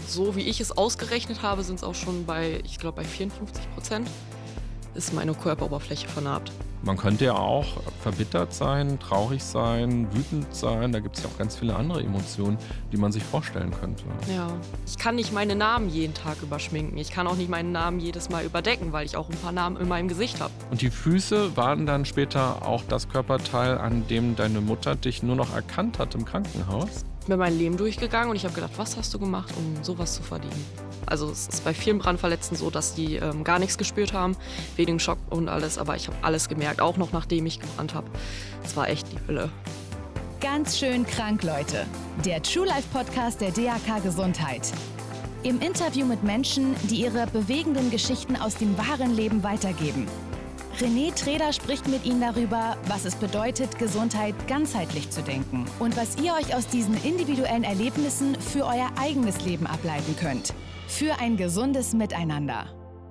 so wie ich es ausgerechnet habe, sind es auch schon bei 54% ist meine Körperoberfläche vernarbt. Man könnte ja auch verbittert sein, traurig sein, wütend sein. Da gibt es ja auch ganz viele andere Emotionen, die man sich vorstellen könnte. Ja, ich kann nicht meine Namen jeden Tag überschminken. Ich kann auch nicht meinen Namen jedes Mal überdecken, weil ich auch ein paar Namen in meinem Gesicht habe. Und die Füße waren dann später auch das Körperteil, an dem deine Mutter dich nur noch erkannt hat im Krankenhaus? Ich bin mein Leben durchgegangen und ich habe gedacht, was hast du gemacht, um sowas zu verdienen? Also es ist bei vielen Brandverletzten so, dass die gar nichts gespürt haben, wegen Schock und alles. Aber ich habe alles gemerkt, auch noch nachdem ich gebrannt habe. Es war echt die Hölle. Ganz schön krank, Leute. Der True Life Podcast der DAK Gesundheit. Im Interview mit Menschen, die ihre bewegenden Geschichten aus dem wahren Leben weitergeben. René Treder spricht mit Ihnen darüber, was es bedeutet, Gesundheit ganzheitlich zu denken und was ihr euch aus diesen individuellen Erlebnissen für euer eigenes Leben ableiten könnt. Für ein gesundes Miteinander.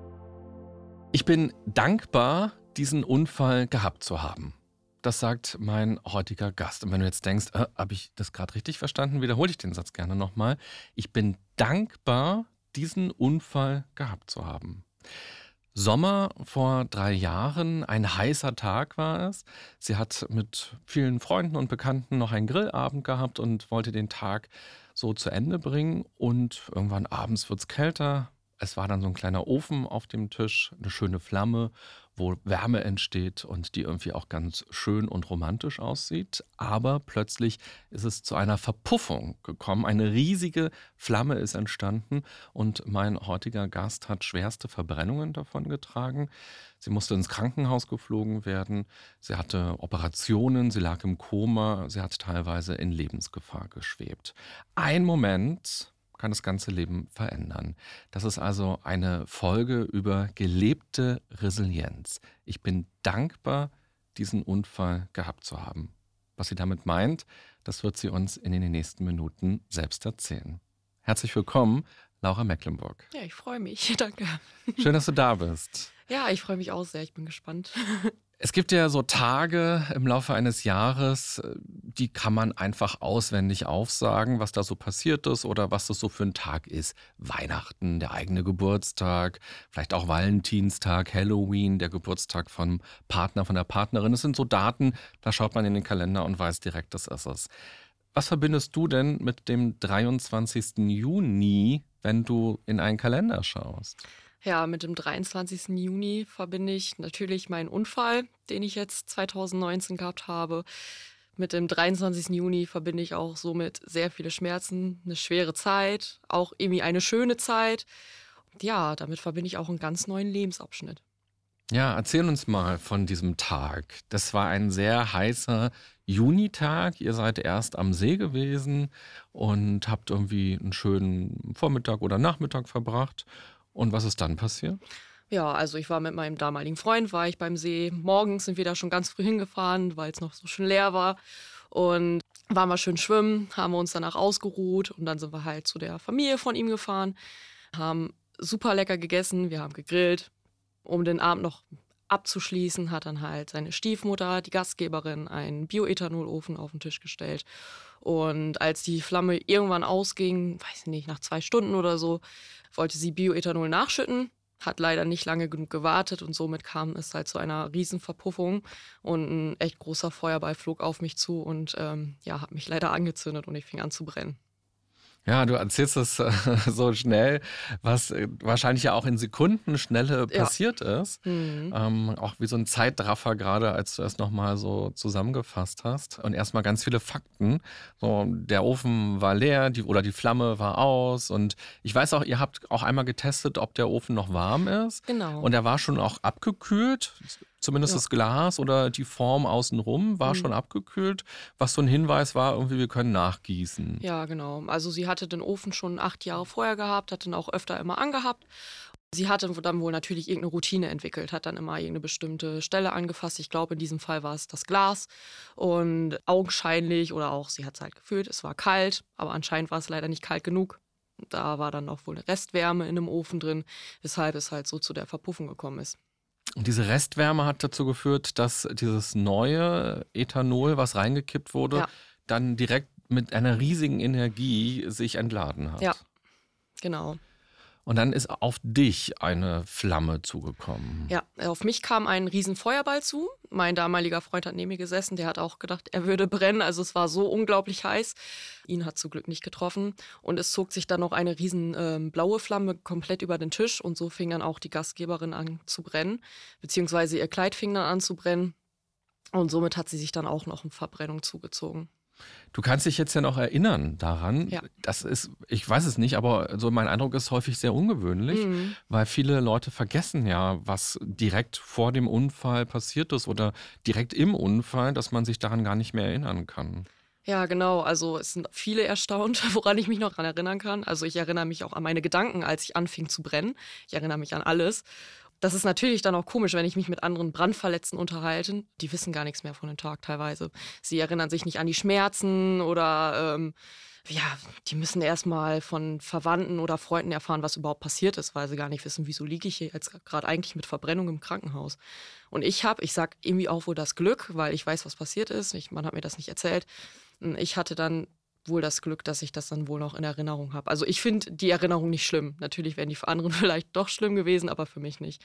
Ich bin dankbar, diesen Unfall gehabt zu haben. Das sagt mein heutiger Gast. Und wenn du jetzt denkst, habe ich das gerade richtig verstanden, wiederhole ich den Satz gerne nochmal. Ich bin dankbar, diesen Unfall gehabt zu haben. Sommer vor 3 Jahren, ein heißer Tag war es. Sie hat mit vielen Freunden und Bekannten noch einen Grillabend gehabt und wollte den Tag so zu Ende bringen. Und irgendwann abends wird es kälter. Es war dann so ein kleiner Ofen auf dem Tisch, eine schöne Flamme, wo Wärme entsteht und die irgendwie auch ganz schön und romantisch aussieht. Aber plötzlich ist es zu einer Verpuffung gekommen. Eine riesige Flamme ist entstanden und mein heutiger Gast hat schwerste Verbrennungen davongetragen. Sie musste ins Krankenhaus geflogen werden. Sie hatte Operationen, sie lag im Koma, sie hat teilweise in Lebensgefahr geschwebt. Ein Moment kann das ganze Leben verändern. Das ist also eine Folge über gelebte Resilienz. Ich bin dankbar, diesen Unfall gehabt zu haben. Was sie damit meint, das wird sie uns in den nächsten Minuten selbst erzählen. Herzlich willkommen, Laura Mecklenburg. Ja, ich freue mich. Danke. Schön, dass du da bist. Ja, ich freue mich auch sehr. Ich bin gespannt. Es gibt ja so Tage im Laufe eines Jahres, die kann man einfach auswendig aufsagen, was da so passiert ist oder was das so für ein Tag ist. Weihnachten, der eigene Geburtstag, vielleicht auch Valentinstag, Halloween, der Geburtstag vom Partner, von der Partnerin. Das sind so Daten, da schaut man in den Kalender und weiß direkt, das ist es. Was verbindest du denn mit dem 23. Juni, wenn du in einen Kalender schaust? Ja, mit dem 23. Juni verbinde ich natürlich meinen Unfall, den ich jetzt 2019 gehabt habe. Mit dem 23. Juni verbinde ich auch somit sehr viele Schmerzen, eine schwere Zeit, auch irgendwie eine schöne Zeit. Ja, damit verbinde ich auch einen ganz neuen Lebensabschnitt. Ja, erzähl uns mal von diesem Tag. Das war ein sehr heißer Junitag. Ihr seid erst am See gewesen und habt irgendwie einen schönen Vormittag oder Nachmittag verbracht. Und was ist dann passiert? Ja, also ich war mit meinem damaligen Freund, war ich beim See. Morgens sind wir da schon ganz früh hingefahren, weil es noch so schön leer war. Und waren wir schön schwimmen, haben wir uns danach ausgeruht. Und dann sind wir halt zu der Familie von ihm gefahren, haben super lecker gegessen, wir haben gegrillt. Um den Abend noch abzuschließen, hat dann halt seine Stiefmutter, die Gastgeberin, einen Bioethanolofen auf den Tisch gestellt. Und als die Flamme irgendwann ausging, weiß ich nicht, nach 2 Stunden oder so, wollte sie Bioethanol nachschütten, hat leider nicht lange genug gewartet und somit kam es halt zu einer riesen Verpuffung und ein echt großer Feuerball flog auf mich zu und hat mich leider angezündet und ich fing an zu brennen. Ja, du erzählst es so schnell, was wahrscheinlich ja auch in Sekundenschnelle passiert ist. Auch wie so ein Zeitraffer gerade, als du es nochmal so zusammengefasst hast. Und erstmal ganz viele Fakten. So, der Ofen war leer, die Flamme war aus. Und ich weiß auch, ihr habt auch einmal getestet, ob der Ofen noch warm ist. Genau. Und er war schon auch abgekühlt. Zumindest das Glas oder die Form außenrum war schon abgekühlt, was so ein Hinweis war, irgendwie wir können nachgießen. Ja, genau. Also sie hatte den Ofen schon 8 Jahre vorher gehabt, hat den auch öfter immer angehabt. Sie hatte dann wohl natürlich irgendeine Routine entwickelt, hat dann immer irgendeine bestimmte Stelle angefasst. Ich glaube, in diesem Fall war es das Glas. Und augenscheinlich, oder auch sie hat es halt gefühlt, es war kalt, aber anscheinend war es leider nicht kalt genug. Da war dann auch wohl eine Restwärme in dem Ofen drin, weshalb es halt so zu der Verpuffung gekommen ist. Und diese Restwärme hat dazu geführt, dass dieses neue Ethanol, was reingekippt wurde, dann direkt mit einer riesigen Energie sich entladen hat. Ja, Genau. Und dann ist auf dich eine Flamme zugekommen. Ja, auf mich kam ein riesen Feuerball zu. Mein damaliger Freund hat neben mir gesessen, der hat auch gedacht, er würde brennen. Also es war so unglaublich heiß. Ihn hat zum Glück nicht getroffen. Und es zog sich dann noch eine riesen blaue Flamme komplett über den Tisch. Und so fing dann auch die Gastgeberin an zu brennen. Beziehungsweise ihr Kleid fing dann an zu brennen. Und somit hat sie sich dann auch noch eine Verbrennung zugezogen. Du kannst dich jetzt ja noch erinnern daran. Ja. Das ist, ich weiß es nicht, aber so mein Eindruck ist häufig sehr ungewöhnlich, weil viele Leute vergessen ja, was direkt vor dem Unfall passiert ist oder direkt im Unfall, dass man sich daran gar nicht mehr erinnern kann. Ja, genau. Also es sind viele erstaunt, woran ich mich noch daran erinnern kann. Also ich erinnere mich auch an meine Gedanken, als ich anfing zu brennen. Ich erinnere mich an alles. Das ist natürlich dann auch komisch, wenn ich mich mit anderen Brandverletzten unterhalte. Die wissen gar nichts mehr von dem Tag teilweise. Sie erinnern sich nicht an die Schmerzen oder die müssen erstmal von Verwandten oder Freunden erfahren, was überhaupt passiert ist, weil sie gar nicht wissen, wieso liege ich hier jetzt gerade eigentlich mit Verbrennung im Krankenhaus. Und ich sag irgendwie auch wohl das Glück, weil ich weiß, was passiert ist. Man hat mir das nicht erzählt. Ich hatte dann wohl das Glück, dass ich das dann wohl noch in Erinnerung habe. Also ich finde die Erinnerung nicht schlimm. Natürlich wären die für anderen vielleicht doch schlimm gewesen, aber für mich nicht.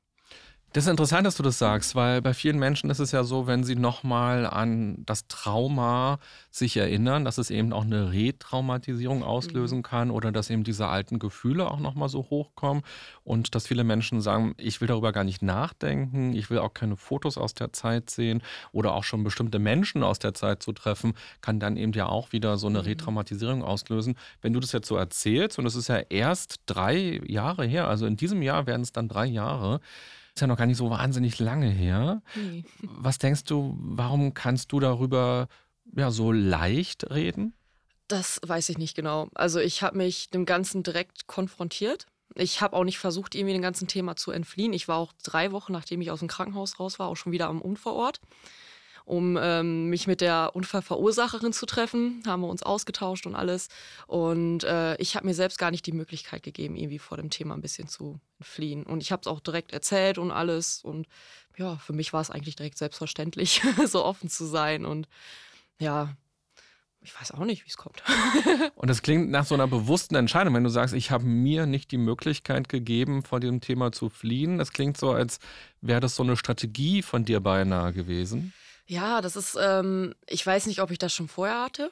Das ist interessant, dass du das sagst, weil bei vielen Menschen ist es ja so, wenn sie nochmal an das Trauma sich erinnern, dass es eben auch eine Retraumatisierung auslösen kann oder dass eben diese alten Gefühle auch nochmal so hochkommen und dass viele Menschen sagen, ich will darüber gar nicht nachdenken, ich will auch keine Fotos aus der Zeit sehen oder auch schon bestimmte Menschen aus der Zeit zu treffen, kann dann eben ja auch wieder so eine Retraumatisierung auslösen. Wenn du das jetzt so erzählst, und es ist ja erst 3 Jahre her, also in diesem Jahr werden es dann 3 Jahre, ist ja noch gar nicht so wahnsinnig lange her. Nee. Was denkst du, warum kannst du darüber so leicht reden? Das weiß ich nicht genau. Also ich habe mich dem Ganzen direkt konfrontiert. Ich habe auch nicht versucht, irgendwie dem ganzen Thema zu entfliehen. Ich war auch 3 Wochen, nachdem ich aus dem Krankenhaus raus war, auch schon wieder am Unfallort, um mich mit der Unfallverursacherin zu treffen. Haben wir uns ausgetauscht und alles. Und ich habe mir selbst gar nicht die Möglichkeit gegeben, irgendwie vor dem Thema ein bisschen zu entfliehen. Und ich habe es auch direkt erzählt und alles. Und ja, für mich war es eigentlich direkt selbstverständlich, so offen zu sein. Und ja, ich weiß auch nicht, wie es kommt. Und das klingt nach so einer bewussten Entscheidung, wenn du sagst, ich habe mir nicht die Möglichkeit gegeben, vor diesem Thema zu fliehen. Das klingt so, als wäre das so eine Strategie von dir beinahe gewesen. Ja, das ist, ich weiß nicht, ob ich das schon vorher hatte.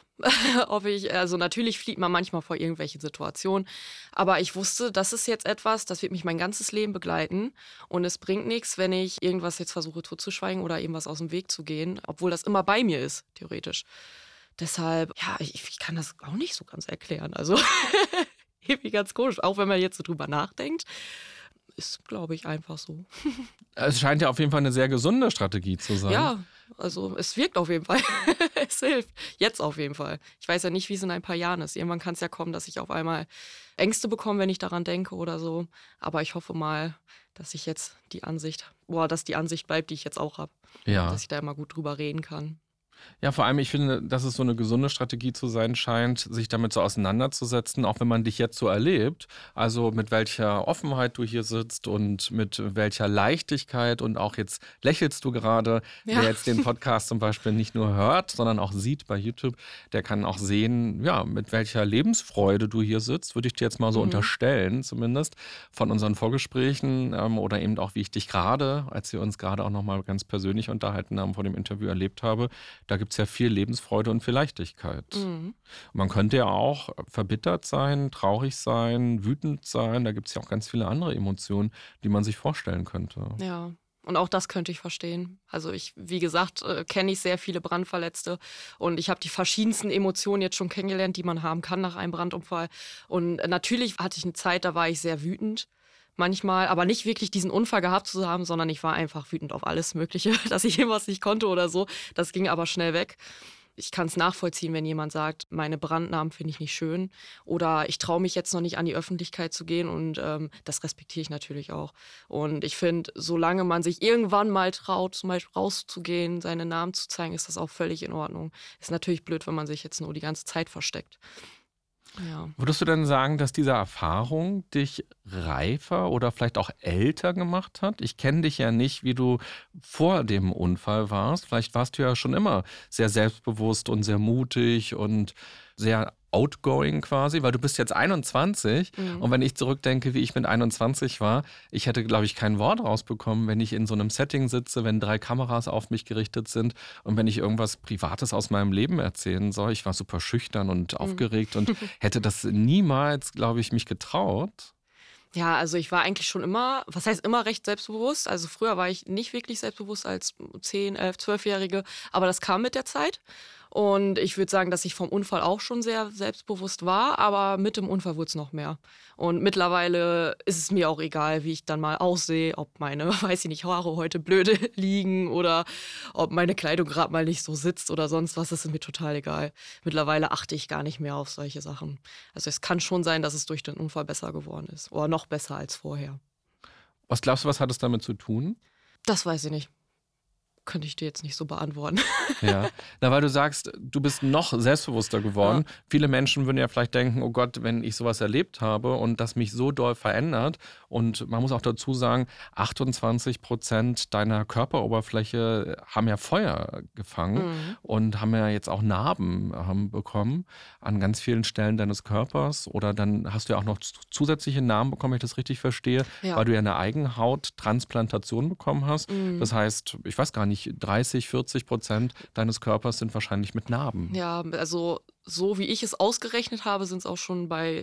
Also natürlich flieht man manchmal vor irgendwelchen Situationen, aber ich wusste, das ist jetzt etwas, das wird mich mein ganzes Leben begleiten und es bringt nichts, wenn ich irgendwas jetzt versuche totzuschweigen oder irgendwas aus dem Weg zu gehen, obwohl das immer bei mir ist, theoretisch. Deshalb, ja, ich kann das auch nicht so ganz erklären. Also irgendwie ganz komisch, auch wenn man jetzt so drüber nachdenkt. Ist, glaube ich, einfach so. Es scheint ja auf jeden Fall eine sehr gesunde Strategie zu sein. Ja, also es wirkt auf jeden Fall. Es hilft. Jetzt auf jeden Fall. Ich weiß ja nicht, wie es in ein paar Jahren ist. Irgendwann kann es ja kommen, dass ich auf einmal Ängste bekomme, wenn ich daran denke oder so. Aber ich hoffe mal, dass ich jetzt dass die Ansicht bleibt, die ich jetzt auch habe. Ja. Dass ich da immer gut drüber reden kann. Ja, vor allem, ich finde, dass es so eine gesunde Strategie zu sein scheint, sich damit so auseinanderzusetzen, auch wenn man dich jetzt so erlebt. Also mit welcher Offenheit du hier sitzt und mit welcher Leichtigkeit und auch jetzt lächelst du gerade. Ja. Wer jetzt den Podcast zum Beispiel nicht nur hört, sondern auch sieht bei YouTube, der kann auch sehen, ja, mit welcher Lebensfreude du hier sitzt, würde ich dir jetzt mal so unterstellen, zumindest von unseren Vorgesprächen oder eben auch, wie ich dich gerade, als wir uns gerade auch nochmal ganz persönlich unterhalten haben, vor dem Interview erlebt habe. Da gibt es ja viel Lebensfreude und viel Leichtigkeit. Und man könnte ja auch verbittert sein, traurig sein, wütend sein. Da gibt es ja auch ganz viele andere Emotionen, die man sich vorstellen könnte. Ja, und auch das könnte ich verstehen. Also wie gesagt, kenne ich sehr viele Brandverletzte und ich habe die verschiedensten Emotionen jetzt schon kennengelernt, die man haben kann nach einem Brandunfall. Und natürlich hatte ich eine Zeit, da war ich sehr wütend. Manchmal, aber nicht wirklich diesen Unfall gehabt zu haben, sondern ich war einfach wütend auf alles Mögliche, dass ich irgendwas nicht konnte oder so. Das ging aber schnell weg. Ich kann es nachvollziehen, wenn jemand sagt, meine Brandnamen finde ich nicht schön oder ich traue mich jetzt noch nicht an die Öffentlichkeit zu gehen und das respektiere ich natürlich auch. Und ich finde, solange man sich irgendwann mal traut, zum Beispiel rauszugehen, seine Namen zu zeigen, ist das auch völlig in Ordnung. Ist natürlich blöd, wenn man sich jetzt nur die ganze Zeit versteckt. Ja. Würdest du denn sagen, dass diese Erfahrung dich reifer oder vielleicht auch älter gemacht hat? Ich kenne dich ja nicht, wie du vor dem Unfall warst. Vielleicht warst du ja schon immer sehr selbstbewusst und sehr mutig und sehr outgoing quasi, weil du bist jetzt 21 und wenn ich zurückdenke, wie ich mit 21 war, ich hätte, glaube ich, kein Wort rausbekommen, wenn ich in so einem Setting sitze, wenn 3 Kameras auf mich gerichtet sind und wenn ich irgendwas Privates aus meinem Leben erzählen soll. Ich war super schüchtern und aufgeregt und hätte das niemals, glaube ich, mich getraut. Ja, also ich war eigentlich schon immer, was heißt immer, recht selbstbewusst. Also früher war ich nicht wirklich selbstbewusst als 10, 11, 12-Jährige, aber das kam mit der Zeit. Und ich würde sagen, dass ich vom Unfall auch schon sehr selbstbewusst war, aber mit dem Unfall wurde es noch mehr. Und mittlerweile ist es mir auch egal, wie ich dann mal aussehe, ob meine, weiß ich nicht, Haare heute blöde liegen oder ob meine Kleidung gerade mal nicht so sitzt oder sonst was, das ist mir total egal. Mittlerweile achte ich gar nicht mehr auf solche Sachen. Also es kann schon sein, dass es durch den Unfall besser geworden ist oder noch besser als vorher. Was glaubst du, was hat es damit zu tun? Das weiß ich nicht. Könnte ich dir jetzt nicht so beantworten. Ja, na, weil du sagst, du bist noch selbstbewusster geworden. Ja. Viele Menschen würden ja vielleicht denken, oh Gott, wenn ich sowas erlebt habe und das mich so doll verändert. Und man muss auch dazu sagen, 28% deiner Körperoberfläche haben ja Feuer gefangen und haben ja jetzt auch Narben bekommen an ganz vielen Stellen deines Körpers. Oder dann hast du ja auch noch zusätzliche Narben bekommen, wenn ich das richtig verstehe, weil du ja eine Eigenhauttransplantation bekommen hast. Das heißt, ich weiß gar nicht, 30-40% deines Körpers sind wahrscheinlich mit Narben. Ja, also so wie ich es ausgerechnet habe, sind es auch schon bei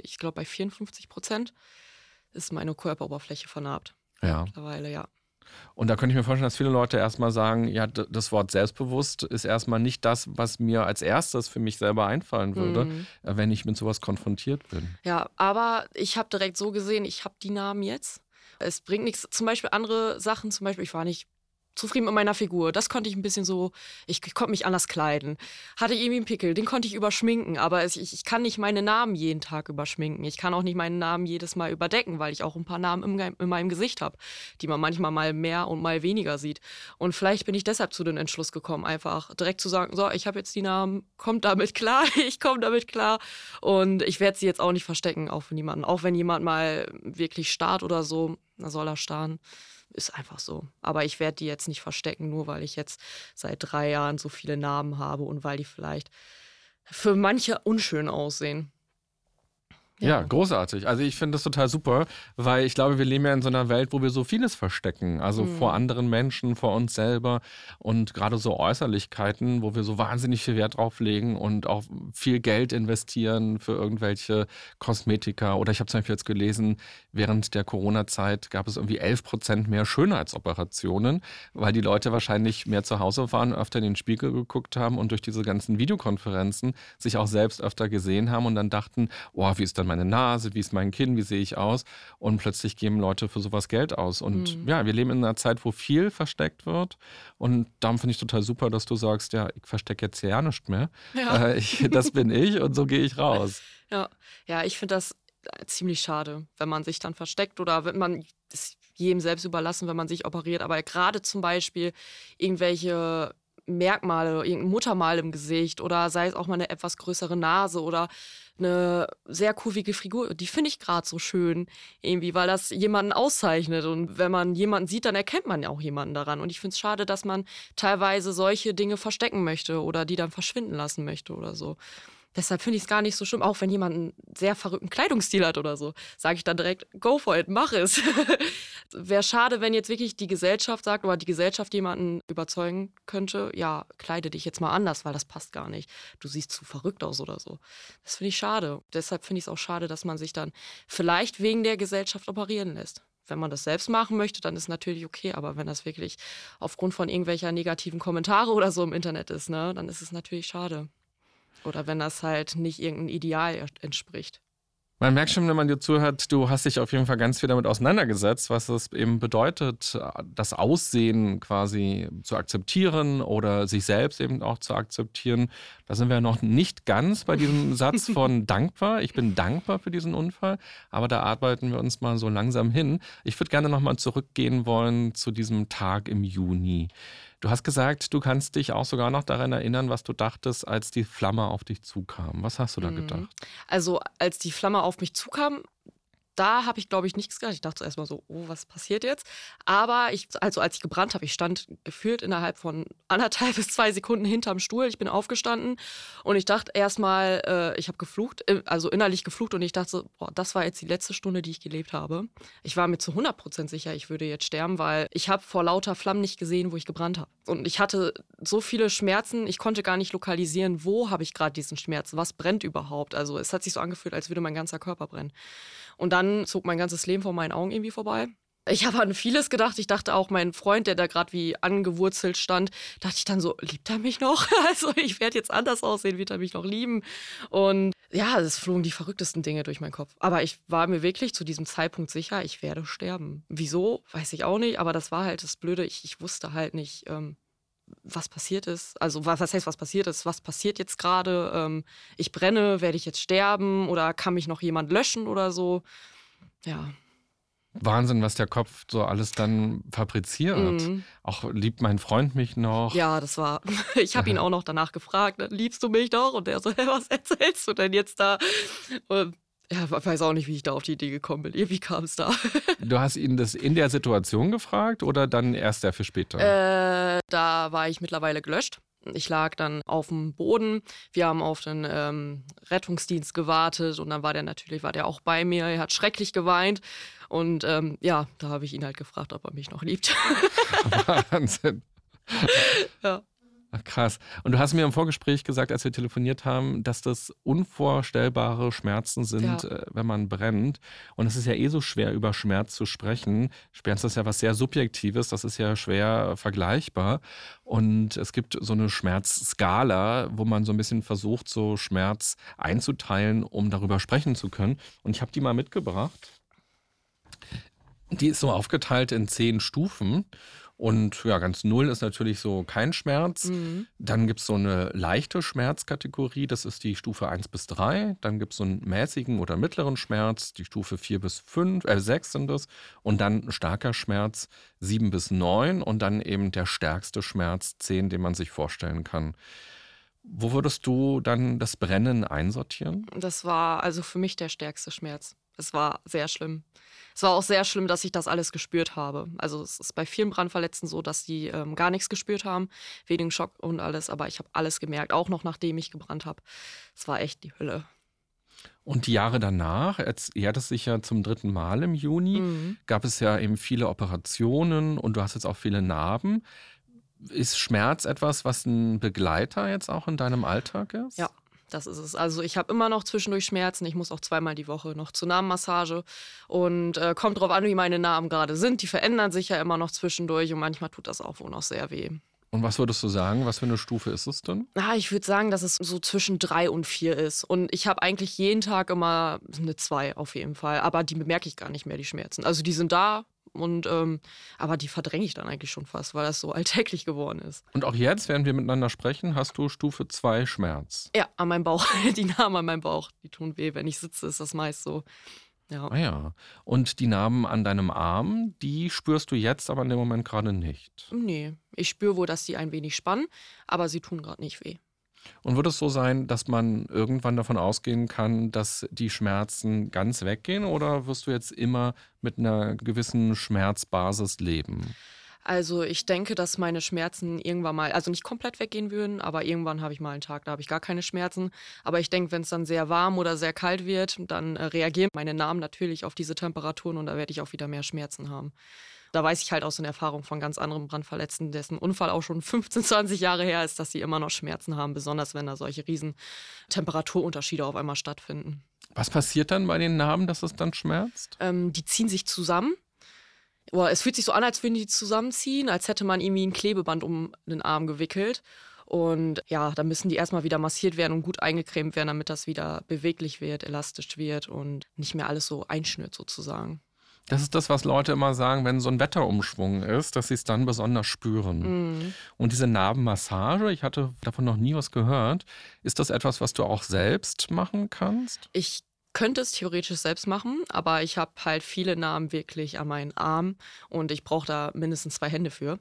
54% ist meine Körperoberfläche vernarbt. Ja. Mittlerweile, ja. Und da könnte ich mir vorstellen, dass viele Leute erstmal sagen, ja, das Wort selbstbewusst ist erstmal nicht das, was mir als erstes für mich selber einfallen würde, wenn ich mit sowas konfrontiert bin. Ja, aber ich habe direkt so gesehen, ich habe die Narben jetzt. Es bringt nichts, zum Beispiel andere Sachen, zum Beispiel ich war nicht zufrieden mit meiner Figur. Das konnte ich ein bisschen so, ich konnte mich anders kleiden. Hatte irgendwie einen Pickel, den konnte ich überschminken, aber ich kann nicht meine Narben jeden Tag überschminken. Ich kann auch nicht meine Narben jedes Mal überdecken, weil ich auch ein paar Narben in meinem Gesicht habe, die man manchmal mal mehr und mal weniger sieht. Und vielleicht bin ich deshalb zu dem Entschluss gekommen, einfach direkt zu sagen, so, ich habe jetzt die Narben, kommt damit klar, ich komme damit klar und ich werde sie jetzt auch nicht verstecken, auch für niemanden. Auch wenn jemand mal wirklich starrt oder so, dann soll er starren. Ist einfach so. Aber ich werde die jetzt nicht verstecken, nur weil ich jetzt seit 3 Jahren so viele Narben habe und weil die vielleicht für manche unschön aussehen. Ja, großartig. Also ich finde das total super, weil ich glaube, wir leben ja in so einer Welt, wo wir so vieles verstecken. Also vor anderen Menschen, vor uns selber und gerade so Äußerlichkeiten, wo wir so wahnsinnig viel Wert drauf legen und auch viel Geld investieren für irgendwelche Kosmetika. Oder ich habe zum Beispiel jetzt gelesen, während der Corona-Zeit gab es irgendwie 11% mehr Schönheitsoperationen, weil die Leute wahrscheinlich mehr zu Hause waren, öfter in den Spiegel geguckt haben und durch diese ganzen Videokonferenzen sich auch selbst öfter gesehen haben und dann dachten, oh, wie ist dann meine Nase, wie ist mein Kinn, wie sehe ich aus? Und plötzlich geben Leute für sowas Geld aus. Und ja, wir leben in einer Zeit, wo viel versteckt wird. Und darum finde ich total super, dass du sagst, ja, ich verstecke jetzt hier ja nichts mehr. Ja. Das bin ich und so gehe ich raus. Ja, ich finde das ziemlich schade, wenn man sich dann versteckt oder wenn man es jedem selbst überlassen, wenn man sich operiert. Aber gerade zum Beispiel irgendwelche Merkmale, irgendein Muttermal im Gesicht oder sei es auch mal eine etwas größere Nase oder eine sehr kurvige Figur, die finde ich gerade so schön irgendwie, weil das jemanden auszeichnet und wenn man jemanden sieht, dann erkennt man ja auch jemanden daran und ich finde es schade, dass man teilweise solche Dinge verstecken möchte oder die dann verschwinden lassen möchte oder so. Deshalb finde ich es gar nicht so schlimm, auch wenn jemand einen sehr verrückten Kleidungsstil hat oder so, sage ich dann direkt, go for it, mach es. Wäre schade, wenn jetzt wirklich die Gesellschaft sagt oder die Gesellschaft jemanden überzeugen könnte, ja, kleide dich jetzt mal anders, weil das passt gar nicht. Du siehst zu verrückt aus oder so. Das finde ich schade. Deshalb finde ich es auch schade, dass man sich dann vielleicht wegen der Gesellschaft operieren lässt. Wenn man das selbst machen möchte, dann ist natürlich okay, aber wenn das wirklich aufgrund von irgendwelcher negativen Kommentare oder so im Internet ist, ne, dann ist es natürlich schade. Oder wenn das halt nicht irgendein Ideal entspricht. Man merkt schon, wenn man dir zuhört, du hast dich auf jeden Fall ganz viel damit auseinandergesetzt, was es eben bedeutet, das Aussehen quasi zu akzeptieren oder sich selbst eben auch zu akzeptieren. Da sind wir noch nicht ganz bei diesem Satz von dankbar. Ich bin dankbar für diesen Unfall, aber da arbeiten wir uns mal so langsam hin. Ich würde gerne nochmal zurückgehen wollen zu diesem Tag im Juni. Du hast gesagt, du kannst dich auch sogar noch daran erinnern, was du dachtest, als die Flamme auf dich zukam. Was hast du da gedacht? Also als die Flamme auf mich zukam, Da habe ich, glaube ich, nichts gedacht. Ich dachte zuerst mal so, oh, was passiert jetzt? Aber als ich gebrannt habe, ich stand gefühlt innerhalb von 1,5 bis 2 Sekunden hinterm Stuhl. Ich bin aufgestanden und ich dachte erstmal, ich habe geflucht, also innerlich geflucht und ich dachte so, boah, das war jetzt die letzte Stunde, die ich gelebt habe. Ich war mir zu 100% sicher, ich würde jetzt sterben, weil ich habe vor lauter Flammen nicht gesehen, wo ich gebrannt habe. Und ich hatte so viele Schmerzen, ich konnte gar nicht lokalisieren, wo habe ich gerade diesen Schmerz, was brennt überhaupt. Also es hat sich so angefühlt, als würde mein ganzer Körper brennen. Und dann zog mein ganzes Leben vor meinen Augen irgendwie vorbei. Ich habe an vieles gedacht. Ich dachte auch, mein Freund, der da gerade wie angewurzelt stand, dachte ich dann so, liebt er mich noch? Also ich werde jetzt anders aussehen, wird er mich noch lieben? Und ja, es flogen die verrücktesten Dinge durch meinen Kopf. Aber ich war mir wirklich zu diesem Zeitpunkt sicher, ich werde sterben. Wieso? Weiß ich auch nicht. Aber das war halt das Blöde. Ich wusste halt nicht, was passiert ist. Also was heißt, was passiert ist? Was passiert jetzt gerade? Ich brenne, werde ich jetzt sterben? Oder kann mich noch jemand löschen oder so? Ja. Wahnsinn, was der Kopf so alles dann fabriziert. Mhm. Auch liebt mein Freund mich noch? Ja, das war. Ich habe ihn auch noch danach gefragt, liebst du mich noch? Und er so, hey, was erzählst du denn jetzt da? Und ja, ich weiß auch nicht, wie ich da auf die Idee gekommen bin. Irgendwie kam es da. Du hast ihn das in der Situation gefragt oder dann erst sehr viel später? Da war ich mittlerweile gelöscht. Ich lag dann auf dem Boden. Wir haben auf den Rettungsdienst gewartet und dann war der auch bei mir. Er hat schrecklich geweint und ja, da habe ich ihn halt gefragt, ob er mich noch liebt. Wahnsinn. Ja. Ach, krass. Und du hast mir im Vorgespräch gesagt, als wir telefoniert haben, dass das unvorstellbare Schmerzen sind, wenn man brennt. Und es ist ja eh so schwer, über Schmerz zu sprechen. Schmerz ist ja was sehr Subjektives, das ist ja schwer vergleichbar. Und es gibt so eine Schmerzskala, wo man so ein bisschen versucht, so Schmerz einzuteilen, um darüber sprechen zu können. Und ich habe die mal mitgebracht. Die ist so aufgeteilt in 10 Stufen. Und ja, ganz 0 ist natürlich so kein Schmerz. Mhm. Dann gibt es so eine leichte Schmerzkategorie, das ist die Stufe 1 bis 3. Dann gibt es so einen mäßigen oder mittleren Schmerz, die Stufe 4 bis 6 sind es. Und dann starker Schmerz 7 bis 9 und dann eben der stärkste Schmerz 10, den man sich vorstellen kann. Wo würdest du dann das Brennen einsortieren? Das war also für mich der stärkste Schmerz. Es war sehr schlimm. Es war auch sehr schlimm, dass ich das alles gespürt habe. Also es ist bei vielen Brandverletzten so, dass die gar nichts gespürt haben, wegen Schock und alles. Aber ich habe alles gemerkt, auch noch nachdem ich gebrannt habe. Es war echt die Hölle. Und die Jahre danach, jetzt jährt es sich ja zum 3. Mal im Juni, gab es ja eben viele Operationen und du hast jetzt auch viele Narben. Ist Schmerz etwas, was ein Begleiter jetzt auch in deinem Alltag ist? Ja. Das ist es. Also ich habe immer noch zwischendurch Schmerzen. Ich muss auch 2-mal die Woche noch zur Narbenmassage. Und kommt drauf an, wie meine Narben gerade sind. Die verändern sich ja immer noch zwischendurch und manchmal tut das auch wohl noch sehr weh. Und was würdest du sagen? Was für eine Stufe ist es denn? Ich würde sagen, dass es so zwischen 3 und 4 ist. Und ich habe eigentlich jeden Tag immer eine 2 auf jeden Fall. Aber die bemerke ich gar nicht mehr, die Schmerzen. Also die sind da. Und aber die verdränge ich dann eigentlich schon fast, weil das so alltäglich geworden ist. Und auch jetzt, während wir miteinander sprechen, hast du Stufe 2 Schmerz. Ja, an meinem Bauch. Die Narben an meinem Bauch, die tun weh. Wenn ich sitze, ist das meist so. Ja. Ah ja. Und die Narben an deinem Arm, die spürst du jetzt aber in dem Moment gerade nicht. Nee, ich spüre wohl, dass die ein wenig spannen, aber sie tun gerade nicht weh. Und wird es so sein, dass man irgendwann davon ausgehen kann, dass die Schmerzen ganz weggehen? Oder wirst du jetzt immer mit einer gewissen Schmerzbasis leben? Also ich denke, dass meine Schmerzen irgendwann mal, also nicht komplett weggehen würden, aber irgendwann habe ich mal einen Tag, da habe ich gar keine Schmerzen. Aber ich denke, wenn es dann sehr warm oder sehr kalt wird, dann reagieren meine Narben natürlich auf diese Temperaturen und da werde ich auch wieder mehr Schmerzen haben. Da weiß ich halt aus den Erfahrungen von ganz anderen Brandverletzten, dessen Unfall auch schon 15, 20 Jahre her ist, dass sie immer noch Schmerzen haben, besonders wenn da solche riesen Temperaturunterschiede auf einmal stattfinden. Was passiert dann bei den Narben, dass es dann schmerzt? Die ziehen sich zusammen. Es fühlt sich so an, als würden die zusammenziehen, als hätte man irgendwie ein Klebeband um den Arm gewickelt. Und ja, dann müssen die erstmal wieder massiert werden und gut eingecremt werden, damit das wieder beweglich wird, elastisch wird und nicht mehr alles so einschnürt sozusagen. Das ist das, was Leute immer sagen, wenn so ein Wetterumschwung ist, dass sie es dann besonders spüren. Und diese Narbenmassage, ich hatte davon noch nie was gehört. Ist das etwas, was du auch selbst machen kannst? Ich könnte es theoretisch selbst machen, aber ich habe halt viele Narben wirklich an meinen Armen und ich brauche da mindestens 2 Hände für.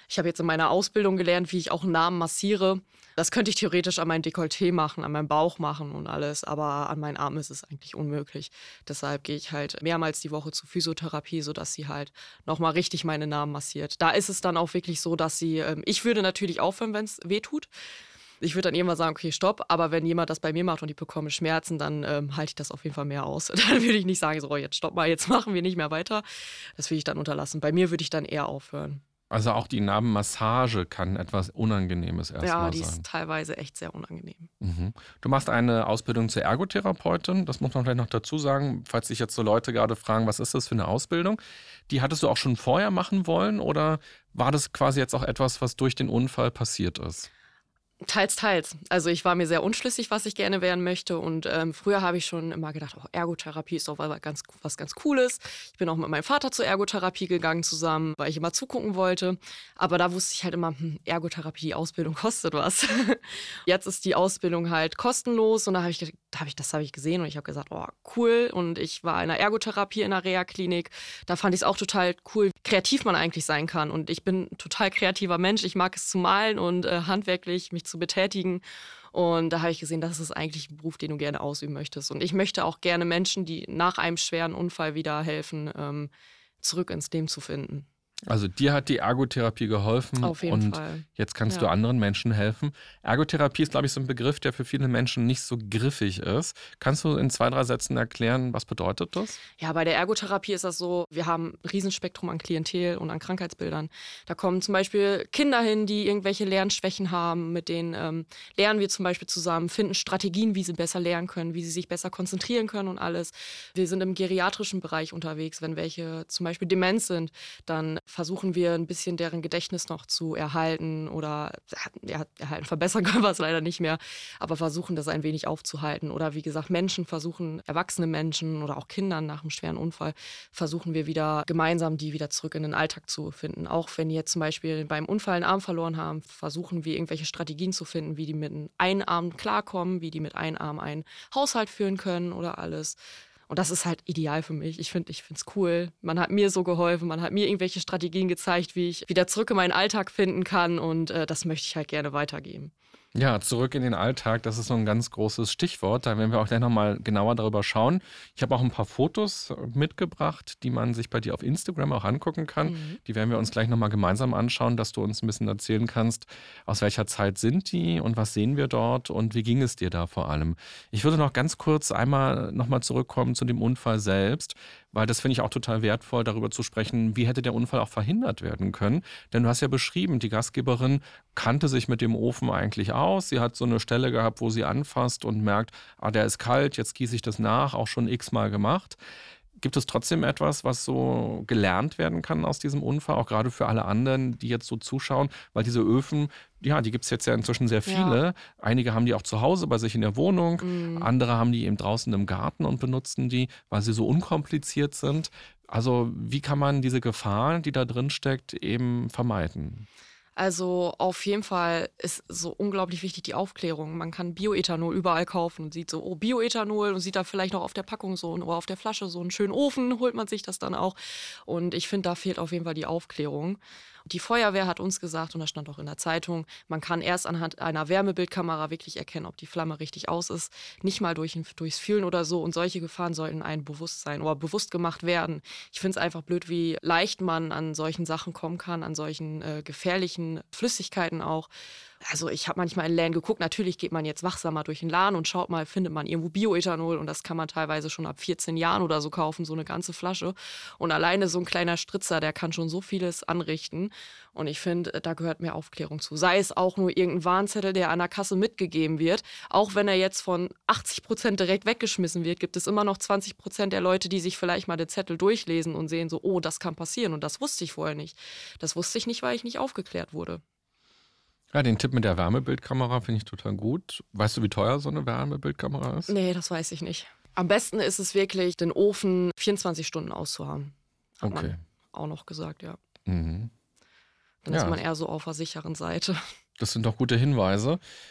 Ich habe jetzt in meiner Ausbildung gelernt, wie ich auch einen Namen massiere. Das könnte ich theoretisch an meinem Dekolleté machen, an meinem Bauch machen und alles, aber an meinen Armen ist es eigentlich unmöglich. Deshalb gehe ich halt mehrmals die Woche zur Physiotherapie, sodass sie halt nochmal richtig meine Namen massiert. Da ist es dann auch wirklich so, dass ich würde natürlich aufhören, wenn es weh tut. Ich würde dann irgendwann sagen, okay, stopp, aber wenn jemand das bei mir macht und ich bekomme Schmerzen, dann halte ich das auf jeden Fall mehr aus. Dann würde ich nicht sagen, so, jetzt stopp mal, jetzt machen wir nicht mehr weiter. Das würde ich dann unterlassen. Bei mir würde ich dann eher aufhören. Also auch die Narbenmassage kann etwas Unangenehmes erstmal sein. Ja, die ist teilweise echt sehr unangenehm. Mhm. Du machst eine Ausbildung zur Ergotherapeutin, das muss man vielleicht noch dazu sagen, falls sich jetzt so Leute gerade fragen, was ist das für eine Ausbildung? Die hattest du auch schon vorher machen wollen oder war das quasi jetzt auch etwas, was durch den Unfall passiert ist? Teils, teils. Also ich war mir sehr unschlüssig, was ich gerne werden möchte. Und früher habe ich schon immer gedacht, oh, Ergotherapie ist doch was ganz Cooles. Ich bin auch mit meinem Vater zur Ergotherapie gegangen zusammen, weil ich immer zugucken wollte. Aber da wusste ich halt immer, Ergotherapie, die Ausbildung kostet was. Jetzt ist die Ausbildung halt kostenlos. Und da habe ich gesehen und ich habe gesagt, oh, cool. Und ich war in der Ergotherapie in der Reha-Klinik. Da fand ich es auch total cool, wie kreativ man eigentlich sein kann. Und ich bin ein total kreativer Mensch. Ich mag es zu malen und handwerklich mich zu betätigen. Und da habe ich gesehen, das ist eigentlich ein Beruf, den du gerne ausüben möchtest. Und ich möchte auch gerne Menschen, die nach einem schweren Unfall wieder helfen, zurück ins Leben zu finden. Also dir hat die Ergotherapie geholfen Auf jeden und Fall. jetzt kannst du anderen Menschen helfen. Ergotherapie ist, glaube ich, so ein Begriff, der für viele Menschen nicht so griffig ist. Kannst du in 2, 3 Sätzen erklären, was bedeutet das? Ja, bei der Ergotherapie ist das so, wir haben ein Riesenspektrum an Klientel und an Krankheitsbildern. Da kommen zum Beispiel Kinder hin, die irgendwelche Lernschwächen haben, mit denen lernen wir zum Beispiel zusammen, finden Strategien, wie sie besser lernen können, wie sie sich besser konzentrieren können und alles. Wir sind im geriatrischen Bereich unterwegs. Wenn welche zum Beispiel Demenz sind, dann versuchen wir ein bisschen deren Gedächtnis noch zu erhalten oder erhalten, verbessern können wir es leider nicht mehr, aber versuchen das ein wenig aufzuhalten. Oder wie gesagt, erwachsene Menschen oder auch Kindern nach einem schweren Unfall, versuchen wir wieder gemeinsam, die wieder zurück in den Alltag zu finden. Auch wenn die jetzt zum Beispiel beim Unfall einen Arm verloren haben, versuchen wir irgendwelche Strategien zu finden, wie die mit einem Arm klarkommen, wie die mit einem Arm einen Haushalt führen können oder alles. Und das ist halt ideal für mich. Ich finde es cool. Man hat mir so geholfen, man hat mir irgendwelche Strategien gezeigt, wie ich wieder zurück in meinen Alltag finden kann. Und das möchte ich halt gerne weitergeben. Ja, zurück in den Alltag, das ist so ein ganz großes Stichwort. Da werden wir auch gleich nochmal genauer darüber schauen. Ich habe auch ein paar Fotos mitgebracht, die man sich bei dir auf Instagram auch angucken kann. Die werden wir uns gleich nochmal gemeinsam anschauen, dass du uns ein bisschen erzählen kannst, aus welcher Zeit sind die und was sehen wir dort und wie ging es dir da vor allem. Ich würde noch ganz kurz einmal nochmal zurückkommen zu dem Unfall selbst, weil das finde ich auch total wertvoll, darüber zu sprechen, wie hätte der Unfall auch verhindert werden können. Denn du hast ja beschrieben, die Gastgeberin kannte sich mit dem Ofen eigentlich aus. Sie hat so eine Stelle gehabt, wo sie anfasst und merkt, der ist kalt, jetzt gieße ich das nach, auch schon x-mal gemacht. Gibt es trotzdem etwas, was so gelernt werden kann aus diesem Unfall, auch gerade für alle anderen, die jetzt so zuschauen? Weil diese Öfen, ja, die gibt es jetzt ja inzwischen sehr viele. Ja. Einige haben die auch zu Hause bei sich in der Wohnung, andere haben die eben draußen im Garten und benutzen die, weil sie so unkompliziert sind. Also wie kann man diese Gefahr, die da drin steckt, eben vermeiden? Also auf jeden Fall ist so unglaublich wichtig die Aufklärung. Man kann Bioethanol überall kaufen und sieht so, oh, Bioethanol und sieht da vielleicht noch auf der Packung so oder auf der Flasche so einen schönen Ofen, holt man sich das dann auch. Und ich finde, da fehlt auf jeden Fall die Aufklärung. Die Feuerwehr hat uns gesagt, und das stand auch in der Zeitung, man kann erst anhand einer Wärmebildkamera wirklich erkennen, ob die Flamme richtig aus ist. Nicht mal durchs Fühlen oder so. Und solche Gefahren sollten einem bewusst sein oder bewusst gemacht werden. Ich finde es einfach blöd, wie leicht man an solchen Sachen kommen kann, an solchen gefährlichen Flüssigkeiten auch. Also ich habe manchmal in Läden geguckt, natürlich geht man jetzt wachsamer durch den Laden und schaut mal, findet man irgendwo Bioethanol und das kann man teilweise schon ab 14 Jahren oder so kaufen, so eine ganze Flasche. Und alleine so ein kleiner Spritzer, der kann schon so vieles anrichten. Und ich finde, da gehört mehr Aufklärung zu. Sei es auch nur irgendein Warnzettel, der an der Kasse mitgegeben wird. Auch wenn er jetzt von 80% direkt weggeschmissen wird, gibt es immer noch 20% der Leute, die sich vielleicht mal den Zettel durchlesen und sehen so, oh, das kann passieren. Und das wusste ich vorher nicht. Das wusste ich nicht, weil ich nicht aufgeklärt wurde. Ja, den Tipp mit der Wärmebildkamera finde ich total gut. Weißt du, wie teuer so eine Wärmebildkamera ist? Nee, das weiß ich nicht. Am besten ist es wirklich, den Ofen 24 Stunden auszuhaben. Hat man auch noch gesagt, ja. Dann ist man eher so auf der sicheren Seite. Das sind doch gute Hinweise.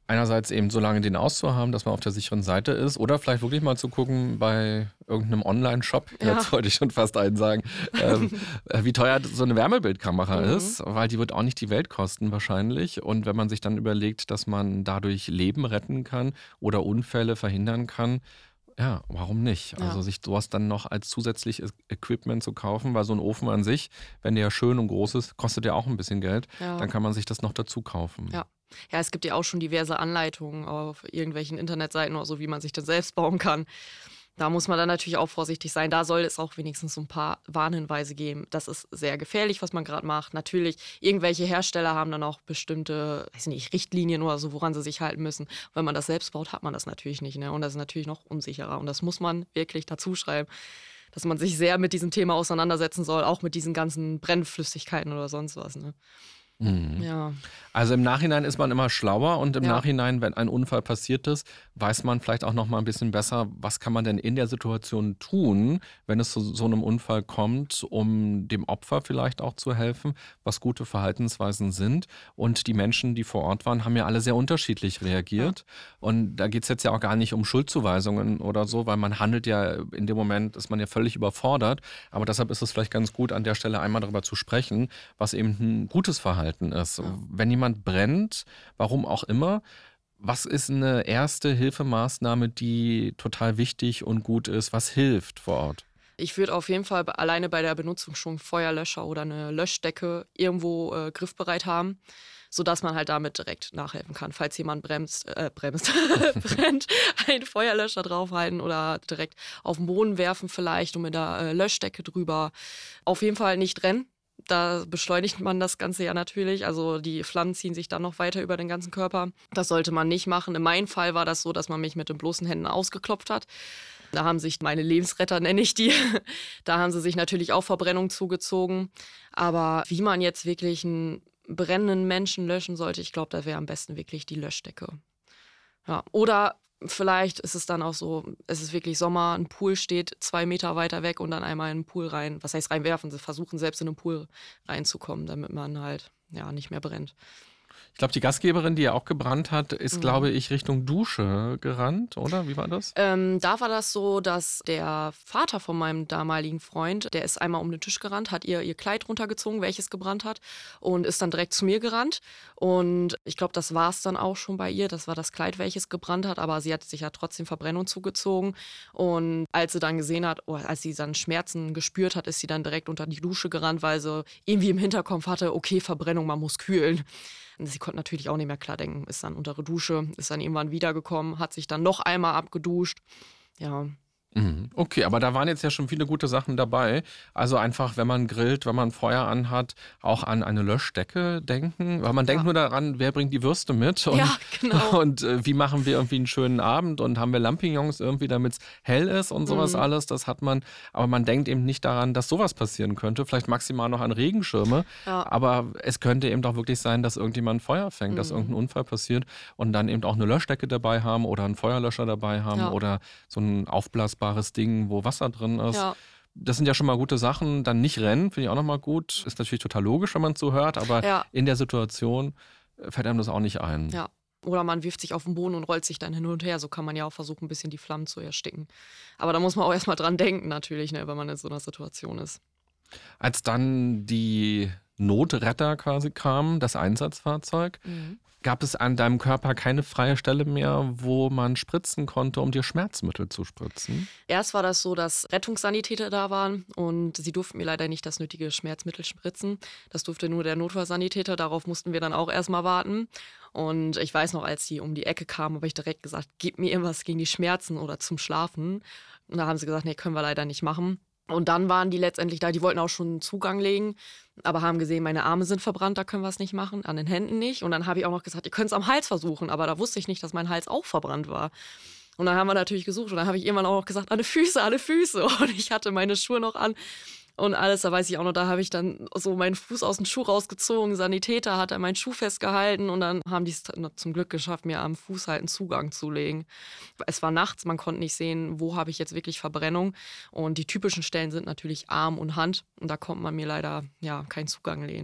Einerseits eben so lange den auszuhaben, dass man auf der sicheren Seite ist oder vielleicht wirklich mal zu gucken bei irgendeinem Online-Shop, jetzt wollte ich schon fast einen sagen, wie teuer so eine Wärmebildkamera ist, weil die wird auch nicht die Welt kosten wahrscheinlich. Und wenn man sich dann überlegt, dass man dadurch Leben retten kann oder Unfälle verhindern kann, ja, warum nicht? Ja. Also sich sowas dann noch als zusätzliches Equipment zu kaufen, weil so ein Ofen an sich, wenn der ja schön und groß ist, kostet ja auch ein bisschen Geld, dann kann man sich das noch dazu kaufen. Ja. Ja, es gibt ja auch schon diverse Anleitungen auf irgendwelchen Internetseiten oder so, wie man sich das selbst bauen kann. Da muss man dann natürlich auch vorsichtig sein. Da soll es auch wenigstens so ein paar Warnhinweise geben. Das ist sehr gefährlich, was man gerade macht. Natürlich, irgendwelche Hersteller haben dann auch bestimmte, weiß nicht, Richtlinien oder so, woran sie sich halten müssen. Wenn man das selbst baut, hat man das natürlich nicht. Ne? Und das ist natürlich noch unsicherer. Und das muss man wirklich dazu schreiben, dass man sich sehr mit diesem Thema auseinandersetzen soll, auch mit diesen ganzen Brennflüssigkeiten oder sonst was. Ne? Ja. Also im Nachhinein ist man immer schlauer und im Nachhinein, wenn ein Unfall passiert ist, weiß man vielleicht auch noch mal ein bisschen besser, was kann man denn in der Situation tun, wenn es zu so einem Unfall kommt, um dem Opfer vielleicht auch zu helfen, was gute Verhaltensweisen sind. Und die Menschen, die vor Ort waren, haben ja alle sehr unterschiedlich reagiert. Und da geht es jetzt ja auch gar nicht um Schuldzuweisungen oder so, weil man handelt ja in dem Moment, ist man ja völlig überfordert. Aber deshalb ist es vielleicht ganz gut, an der Stelle einmal darüber zu sprechen, was eben ein gutes Verhalten ist. Ja. Wenn jemand brennt, warum auch immer, was ist eine erste Hilfemaßnahme, die total wichtig und gut ist? Was hilft vor Ort? Ich würde auf jeden Fall alleine bei der Benutzung schon Feuerlöscher oder eine Löschdecke irgendwo griffbereit haben, sodass man halt damit direkt nachhelfen kann. Falls jemand brennt, einen Feuerlöscher draufhalten oder direkt auf den Boden werfen vielleicht und mit der Löschdecke drüber. Auf jeden Fall nicht rennen. Da beschleunigt man das Ganze ja natürlich. Also die Flammen ziehen sich dann noch weiter über den ganzen Körper. Das sollte man nicht machen. In meinem Fall war das so, dass man mich mit den bloßen Händen ausgeklopft hat. Da haben sich meine Lebensretter, nenne ich die, da haben sie sich natürlich auch Verbrennung zugezogen. Aber wie man jetzt wirklich einen brennenden Menschen löschen sollte, ich glaube, da wäre am besten wirklich die Löschdecke. Ja. Oder vielleicht ist es dann auch so, es ist wirklich Sommer, ein Pool steht 2 Meter weiter weg und dann einmal in den Pool rein. Was heißt reinwerfen? Sie versuchen selbst in den Pool reinzukommen, damit man halt nicht mehr brennt. Ich glaube, die Gastgeberin, die ja auch gebrannt hat, ist, glaube ich, Richtung Dusche gerannt, oder? Wie war das? Da war das so, dass der Vater von meinem damaligen Freund, der ist einmal um den Tisch gerannt, hat ihr Kleid runtergezogen, welches gebrannt hat, und ist dann direkt zu mir gerannt. Und ich glaube, das war es dann auch schon bei ihr. Das war das Kleid, welches gebrannt hat, aber sie hat sich ja trotzdem Verbrennung zugezogen. Und als sie dann gesehen hat, als sie dann Schmerzen gespürt hat, ist sie dann direkt unter die Dusche gerannt, weil sie irgendwie im Hinterkopf hatte, okay, Verbrennung, man muss kühlen. Sie konnte natürlich auch nicht mehr klar denken, ist dann unter der Dusche, ist dann irgendwann wiedergekommen, hat sich dann noch einmal abgeduscht. Ja. Okay, aber da waren jetzt ja schon viele gute Sachen dabei. Also einfach, wenn man grillt, wenn man Feuer anhat, auch an eine Löschdecke denken. Weil man denkt nur daran, wer bringt die Würste mit? Und, genau. Und wie machen wir irgendwie einen schönen Abend und haben wir Lampignons irgendwie, damit es hell ist und sowas alles. Das hat man, aber man denkt eben nicht daran, dass sowas passieren könnte. Vielleicht maximal noch an Regenschirme. Ja. Aber es könnte eben doch wirklich sein, dass irgendjemand Feuer fängt, dass irgendein Unfall passiert und dann eben auch eine Löschdecke dabei haben oder einen Feuerlöscher dabei haben oder so ein aufblasbares Ding, wo Wasser drin ist. Ja. Das sind ja schon mal gute Sachen. Dann nicht rennen, finde ich auch nochmal gut. Ist natürlich total logisch, wenn man es so hört, aber in der Situation fällt einem das auch nicht ein. Ja. Oder man wirft sich auf den Boden und rollt sich dann hin und her. So kann man ja auch versuchen, ein bisschen die Flammen zu ersticken. Aber da muss man auch erstmal dran denken, natürlich, ne, wenn man in so einer Situation ist. Als dann die Notretter quasi kamen, das Einsatzfahrzeug, gab es an deinem Körper keine freie Stelle mehr, wo man spritzen konnte, um dir Schmerzmittel zu spritzen? Erst war das so, dass Rettungssanitäter da waren und sie durften mir leider nicht das nötige Schmerzmittel spritzen. Das durfte nur der Notfallsanitäter, darauf mussten wir dann auch erstmal warten. Und ich weiß noch, als die um die Ecke kamen, habe ich direkt gesagt, gib mir irgendwas gegen die Schmerzen oder zum Schlafen. Und da haben sie gesagt, nee, können wir leider nicht machen. Und dann waren die letztendlich da, die wollten auch schon einen Zugang legen, aber haben gesehen, meine Arme sind verbrannt, da können wir es nicht machen, an den Händen nicht. Und dann habe ich auch noch gesagt, ihr könnt es am Hals versuchen, aber da wusste ich nicht, dass mein Hals auch verbrannt war. Und dann haben wir natürlich gesucht und dann habe ich irgendwann auch noch gesagt, alle Füße. Und ich hatte meine Schuhe noch an und alles, da weiß ich auch noch, da habe ich dann so meinen Fuß aus dem Schuh rausgezogen. Sanitäter hat dann meinen Schuh festgehalten und dann haben die es zum Glück geschafft, mir am Fuß halt einen Zugang zu legen. Es war nachts, man konnte nicht sehen, wo habe ich jetzt wirklich Verbrennung. Und die typischen Stellen sind natürlich Arm und Hand und da konnte man mir leider keinen Zugang legen.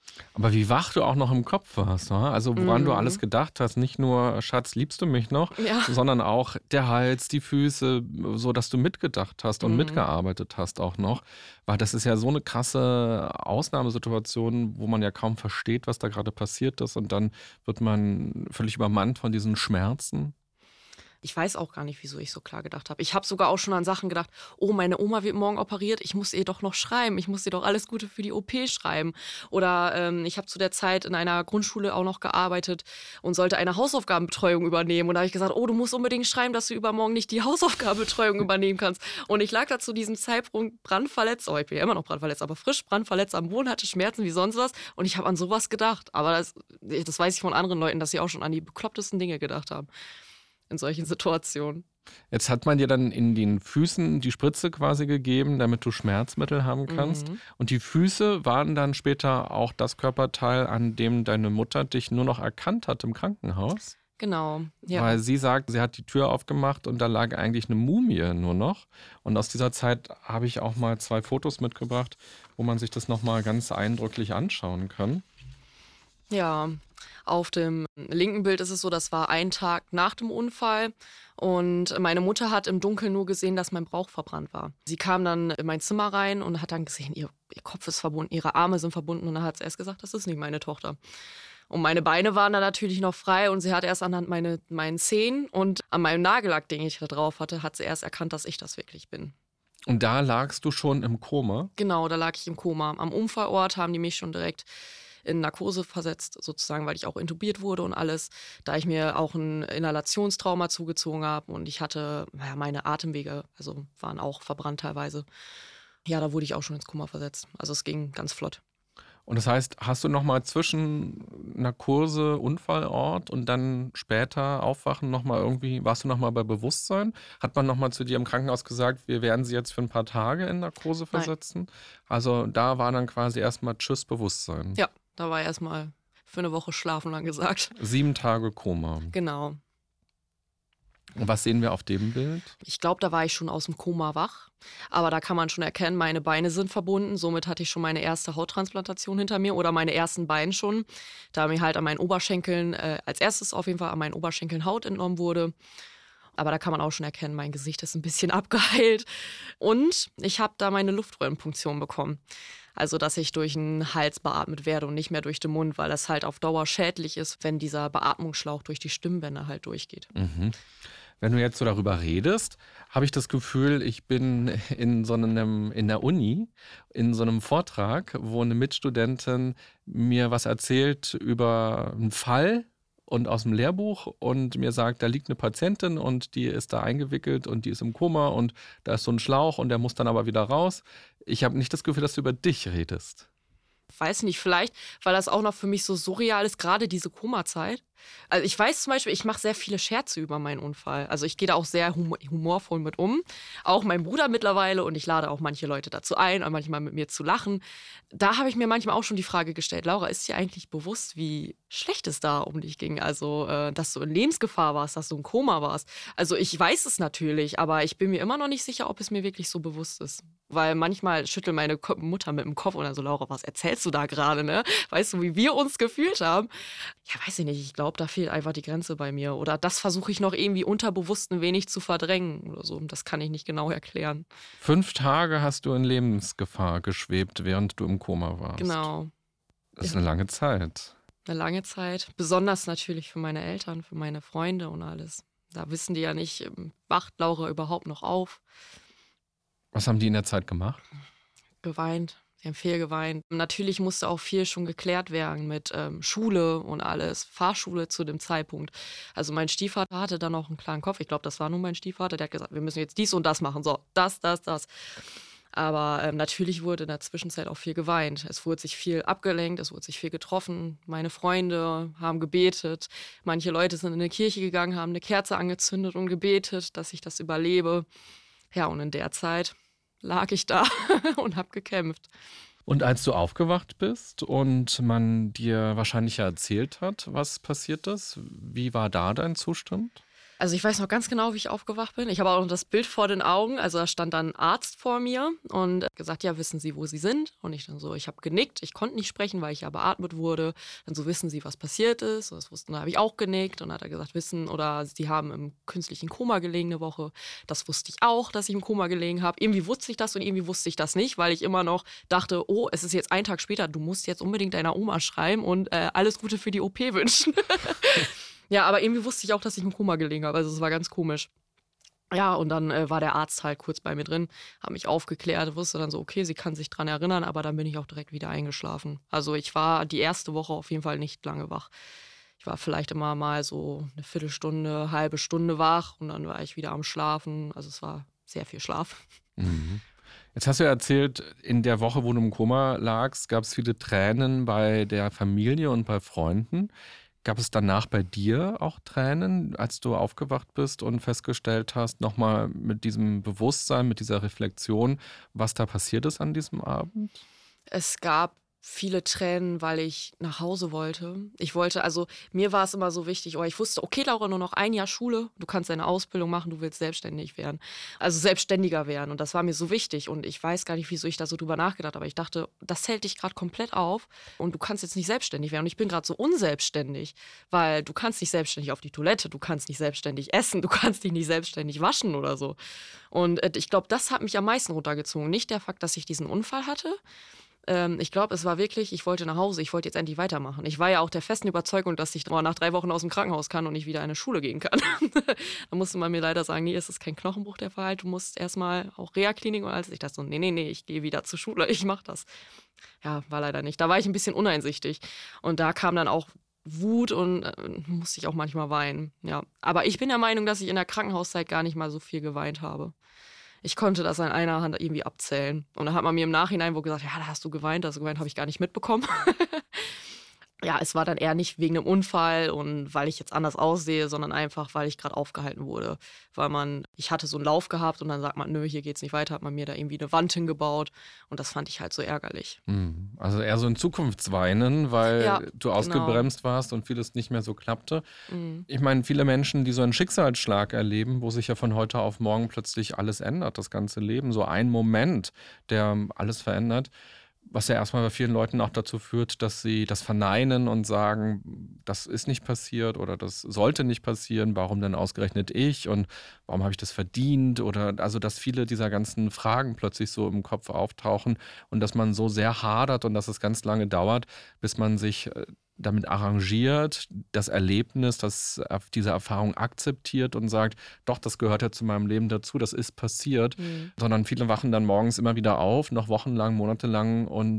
Aber wie wach du auch noch im Kopf warst, ne? Also woran du alles gedacht hast, nicht nur Schatz, liebst du mich noch, Ja. sondern auch der Hals, die Füße, so dass du mitgedacht hast und mitgearbeitet hast auch noch. Weil das ist ja so eine krasse Ausnahmesituation, wo man ja kaum versteht, was da gerade passiert ist und dann wird man völlig übermannt von diesen Schmerzen. Ich weiß auch gar nicht, wieso ich so klar gedacht habe. Ich habe sogar auch schon an Sachen gedacht, oh, meine Oma wird morgen operiert, ich muss ihr doch noch schreiben, ich muss ihr doch alles Gute für die OP schreiben. Oder ich habe zu der Zeit in einer Grundschule auch noch gearbeitet und sollte eine Hausaufgabenbetreuung übernehmen. Und da habe ich gesagt, oh, du musst unbedingt schreiben, dass du übermorgen nicht die Hausaufgabenbetreuung übernehmen kannst. Und ich lag da zu diesem Zeitpunkt brandverletzt, oh, ich bin ja immer noch brandverletzt, aber frisch brandverletzt am Boden, hatte Schmerzen wie sonst was. Und ich habe an sowas gedacht. Aber das weiß ich von anderen Leuten, dass sie auch schon an die beklopptesten Dinge gedacht haben. In solchen Situationen. Jetzt hat man dir dann in den Füßen die Spritze quasi gegeben, damit du Schmerzmittel haben kannst. Und die Füße waren dann später auch das Körperteil, an dem deine Mutter dich nur noch erkannt hat im Krankenhaus. Genau, ja. Weil sie sagt, sie hat die Tür aufgemacht und da lag eigentlich eine Mumie nur noch. Und aus dieser Zeit habe ich auch mal 2 Fotos mitgebracht, wo man sich das nochmal ganz eindrücklich anschauen kann. Ja, auf dem linken Bild ist es so, das war ein Tag nach dem Unfall und meine Mutter hat im Dunkeln nur gesehen, dass mein Bauch verbrannt war. Sie kam dann in mein Zimmer rein und hat dann gesehen, ihr Kopf ist verbunden, ihre Arme sind verbunden und dann hat sie erst gesagt, das ist nicht meine Tochter. Und meine Beine waren dann natürlich noch frei und sie hat erst anhand meinen Zehen und an meinem Nagellack, den ich da drauf hatte, hat sie erst erkannt, dass ich das wirklich bin. Und da lagst du schon im Koma? Genau, da lag ich im Koma. Am Unfallort haben die mich schon direkt in Narkose versetzt, sozusagen, weil ich auch intubiert wurde und alles, da ich mir auch ein Inhalationstrauma zugezogen habe und ich hatte, meine Atemwege, also waren auch verbrannt teilweise. Ja, da wurde ich auch schon ins Koma versetzt. Also es ging ganz flott. Und das heißt, hast du nochmal zwischen Narkose, Unfallort und dann später Aufwachen nochmal irgendwie, warst du nochmal bei Bewusstsein? Hat man nochmal zu dir im Krankenhaus gesagt, wir werden sie jetzt für ein paar Tage in Narkose versetzen? Nein. Also da war dann quasi erstmal Tschüss Bewusstsein. Ja, da war erstmal für eine Woche schlafen angesagt. 7 Tage Koma. Genau. Und was sehen wir auf dem Bild? Ich glaube, da war ich schon aus dem Koma wach. Aber da kann man schon erkennen, meine Beine sind verbunden. Somit hatte ich schon meine erste Hauttransplantation hinter mir oder meine ersten Beine schon. Da mir halt an meinen Oberschenkeln, als erstes auf jeden Fall an meinen Oberschenkeln Haut entnommen wurde. Aber da kann man auch schon erkennen, mein Gesicht ist ein bisschen abgeheilt. Und ich habe da meine Luftröhrenpunktion bekommen. Also, dass ich durch den Hals beatmet werde und nicht mehr durch den Mund, weil das halt auf Dauer schädlich ist, wenn dieser Beatmungsschlauch durch die Stimmbänder halt durchgeht. Mhm. Wenn du jetzt so darüber redest, habe ich das Gefühl, ich bin in der Uni, in so einem Vortrag, wo eine Mitstudentin mir was erzählt über einen Fall und aus dem Lehrbuch und mir sagt, da liegt eine Patientin und die ist da eingewickelt und die ist im Koma und da ist so ein Schlauch und der muss dann aber wieder raus. Ich habe nicht das Gefühl, dass du über dich redest. Weiß nicht, vielleicht, weil das auch noch für mich so surreal ist, gerade diese Koma-Zeit. Also ich weiß zum Beispiel, ich mache sehr viele Scherze über meinen Unfall. Also ich gehe da auch sehr humorvoll mit um. Auch mein Bruder mittlerweile und ich lade auch manche Leute dazu ein, manchmal mit mir zu lachen. Da habe ich mir manchmal auch schon die Frage gestellt, Laura, ist dir eigentlich bewusst, wie schlecht es da um dich ging? Also, dass du in Lebensgefahr warst, dass du im Koma warst. Also ich weiß es natürlich, aber ich bin mir immer noch nicht sicher, ob es mir wirklich so bewusst ist. Weil manchmal schüttelt meine Mutter mit dem Kopf und dann so, Laura, was erzählst du da gerade, ne? Weißt du, wie wir uns gefühlt haben? Ja, weiß ich nicht. Ich glaube, da fehlt einfach die Grenze bei mir. Oder das versuche ich noch irgendwie unterbewusst ein wenig zu verdrängen oder so. Das kann ich nicht genau erklären. 5 Tage hast du in Lebensgefahr geschwebt, während du im Koma warst. Genau. Das ist eine lange Zeit. Eine lange Zeit. Besonders natürlich für meine Eltern, für meine Freunde und alles. Da wissen die ja nicht, wacht Laura überhaupt noch auf? Was haben die in der Zeit gemacht? Geweint. Sie haben viel geweint. Natürlich musste auch viel schon geklärt werden mit Schule und alles. Fahrschule zu dem Zeitpunkt. Also mein Stiefvater hatte dann auch einen klaren Kopf. Ich glaube, das war nur mein Stiefvater. Der hat gesagt, wir müssen jetzt dies und das machen. So, das. Aber natürlich wurde in der Zwischenzeit auch viel geweint. Es wurde sich viel abgelenkt, es wurde sich viel getroffen. Meine Freunde haben gebetet. Manche Leute sind in eine Kirche gegangen, haben eine Kerze angezündet und gebetet, dass ich das überlebe. Ja, und in der Zeit lag ich da und habe gekämpft. Und als du aufgewacht bist und man dir wahrscheinlich ja erzählt hat, was passiert ist, wie war da dein Zustand? Also ich weiß noch ganz genau, wie ich aufgewacht bin. Ich habe auch noch das Bild vor den Augen. Also da stand dann ein Arzt vor mir und hat gesagt, ja, wissen Sie, wo Sie sind? Und ich dann so, ich habe genickt. Ich konnte nicht sprechen, weil ich ja beatmet wurde. Dann so, wissen Sie, was passiert ist? Und das wussten, da habe ich auch genickt. Und dann hat er gesagt, wissen, oder Sie haben im künstlichen Koma gelegen eine Woche. Das wusste ich auch, dass ich im Koma gelegen habe. Irgendwie wusste ich das und irgendwie wusste ich das nicht, weil ich immer noch dachte, oh, es ist jetzt ein Tag später, du musst jetzt unbedingt deiner Oma schreiben und alles Gute für die OP wünschen. Ja, aber irgendwie wusste ich auch, dass ich im Koma gelegen habe. Also es war ganz komisch. Ja, und dann war der Arzt halt kurz bei mir drin, hat mich aufgeklärt, wusste dann so, okay, sie kann sich dran erinnern, aber dann bin ich auch direkt wieder eingeschlafen. Also ich war die erste Woche auf jeden Fall nicht lange wach. Ich war vielleicht immer mal so eine Viertelstunde, halbe Stunde wach und dann war ich wieder am Schlafen. Also es war sehr viel Schlaf. Mhm. Jetzt hast du ja erzählt, in der Woche, wo du im Koma lagst, gab es viele Tränen bei der Familie und bei Freunden. Gab es danach bei dir auch Tränen, als du aufgewacht bist und festgestellt hast, nochmal mit diesem Bewusstsein, mit dieser Reflexion, was da passiert ist an diesem Abend? Es gab viele Tränen, weil ich nach Hause wollte. Also mir war es immer so wichtig, ich wusste, okay, Laura, nur noch ein Jahr Schule, du kannst deine Ausbildung machen, du willst selbstständig werden. Also selbstständiger werden und das war mir so wichtig und ich weiß gar nicht, wieso ich da so drüber nachgedacht habe, aber ich dachte, das hält dich gerade komplett auf und du kannst jetzt nicht selbstständig werden und ich bin gerade so unselbstständig, weil du kannst nicht selbstständig auf die Toilette, du kannst nicht selbstständig essen, du kannst dich nicht selbstständig waschen oder so. Und ich glaube, das hat mich am meisten runtergezogen. Nicht der Fakt, dass ich diesen Unfall hatte. Ich glaube, es war wirklich, ich wollte nach Hause, ich wollte jetzt endlich weitermachen. Ich war ja auch der festen Überzeugung, dass ich nach 3 Wochen aus dem Krankenhaus kann und nicht wieder in eine Schule gehen kann. Da musste man mir leider sagen, nee, es ist kein Knochenbruch der Fall, du musst erstmal auch Reha-Klinik und alles. Ich dachte so, nee, ich gehe wieder zur Schule, ich mache das. Ja, war leider nicht. Da war ich ein bisschen uneinsichtig. Und da kam dann auch Wut und musste ich auch manchmal weinen. Ja. Aber ich bin der Meinung, dass ich in der Krankenhauszeit gar nicht mal so viel geweint habe. Ich konnte das an einer Hand irgendwie abzählen. Und dann hat man mir im Nachhinein wohl gesagt, ja, da hast du geweint. Also geweint habe ich gar nicht mitbekommen. Ja, es war dann eher nicht wegen einem Unfall und weil ich jetzt anders aussehe, sondern einfach, weil ich gerade aufgehalten wurde. Ich hatte so einen Lauf gehabt und dann sagt man, nö, hier geht's nicht weiter, hat man mir da irgendwie eine Wand hingebaut und das fand ich halt so ärgerlich. Also eher so ein Zukunftsweinen, weil Ja, du ausgebremst warst und vieles nicht mehr so klappte. Ich meine, viele Menschen, die so einen Schicksalsschlag erleben, wo sich ja von heute auf morgen plötzlich alles ändert, das ganze Leben, so ein Moment, der alles verändert, was ja erstmal bei vielen Leuten auch dazu führt, dass sie das verneinen und sagen, das ist nicht passiert oder das sollte nicht passieren, warum denn ausgerechnet ich und warum habe ich das verdient? Oder also, dass viele dieser ganzen Fragen plötzlich so im Kopf auftauchen und dass man so sehr hadert und dass es ganz lange dauert, bis man sich damit arrangiert, das Erlebnis, diese Erfahrung akzeptiert und sagt, doch, das gehört ja zu meinem Leben dazu, das ist passiert. Sondern viele wachen dann morgens immer wieder auf, noch wochenlang, monatelang und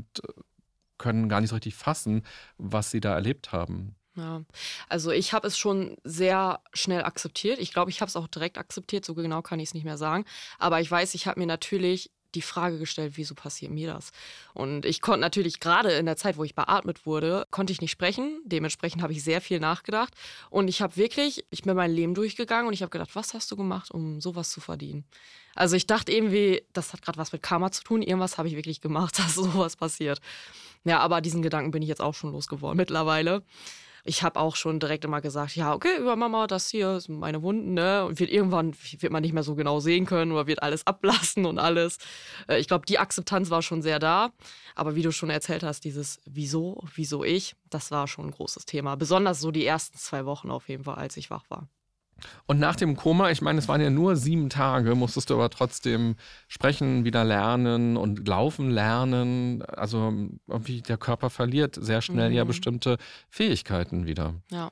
können gar nicht so richtig fassen, was sie da erlebt haben. Ja, also ich habe es schon sehr schnell akzeptiert. Ich glaube, ich habe es auch direkt akzeptiert, so genau kann ich es nicht mehr sagen. Aber ich weiß, ich habe mir natürlich die Frage gestellt, wieso passiert mir das? Und ich konnte natürlich gerade in der Zeit, wo ich beatmet wurde, konnte ich nicht sprechen. Dementsprechend habe ich sehr viel nachgedacht. Und ich bin mein Leben durchgegangen und ich habe gedacht, was hast du gemacht, um sowas zu verdienen? Also ich dachte irgendwie, das hat gerade was mit Karma zu tun. Irgendwas habe ich wirklich gemacht, dass sowas passiert. Ja, aber diesen Gedanken bin ich jetzt auch schon losgeworden mittlerweile. Ich habe auch schon direkt immer gesagt, ja, okay, über Mama, das hier sind meine Wunden, ne? Und irgendwann wird man nicht mehr so genau sehen können oder wird alles ablassen und alles. Ich glaube, die Akzeptanz war schon sehr da. Aber wie du schon erzählt hast, dieses wieso ich, das war schon ein großes Thema. Besonders so die ersten 2 Wochen auf jeden Fall, als ich wach war. Und nach dem Koma, ich meine, es waren ja nur 7 Tage, musstest du aber trotzdem sprechen, wieder lernen und laufen lernen. Also irgendwie der Körper verliert sehr schnell ja bestimmte Fähigkeiten wieder. Ja.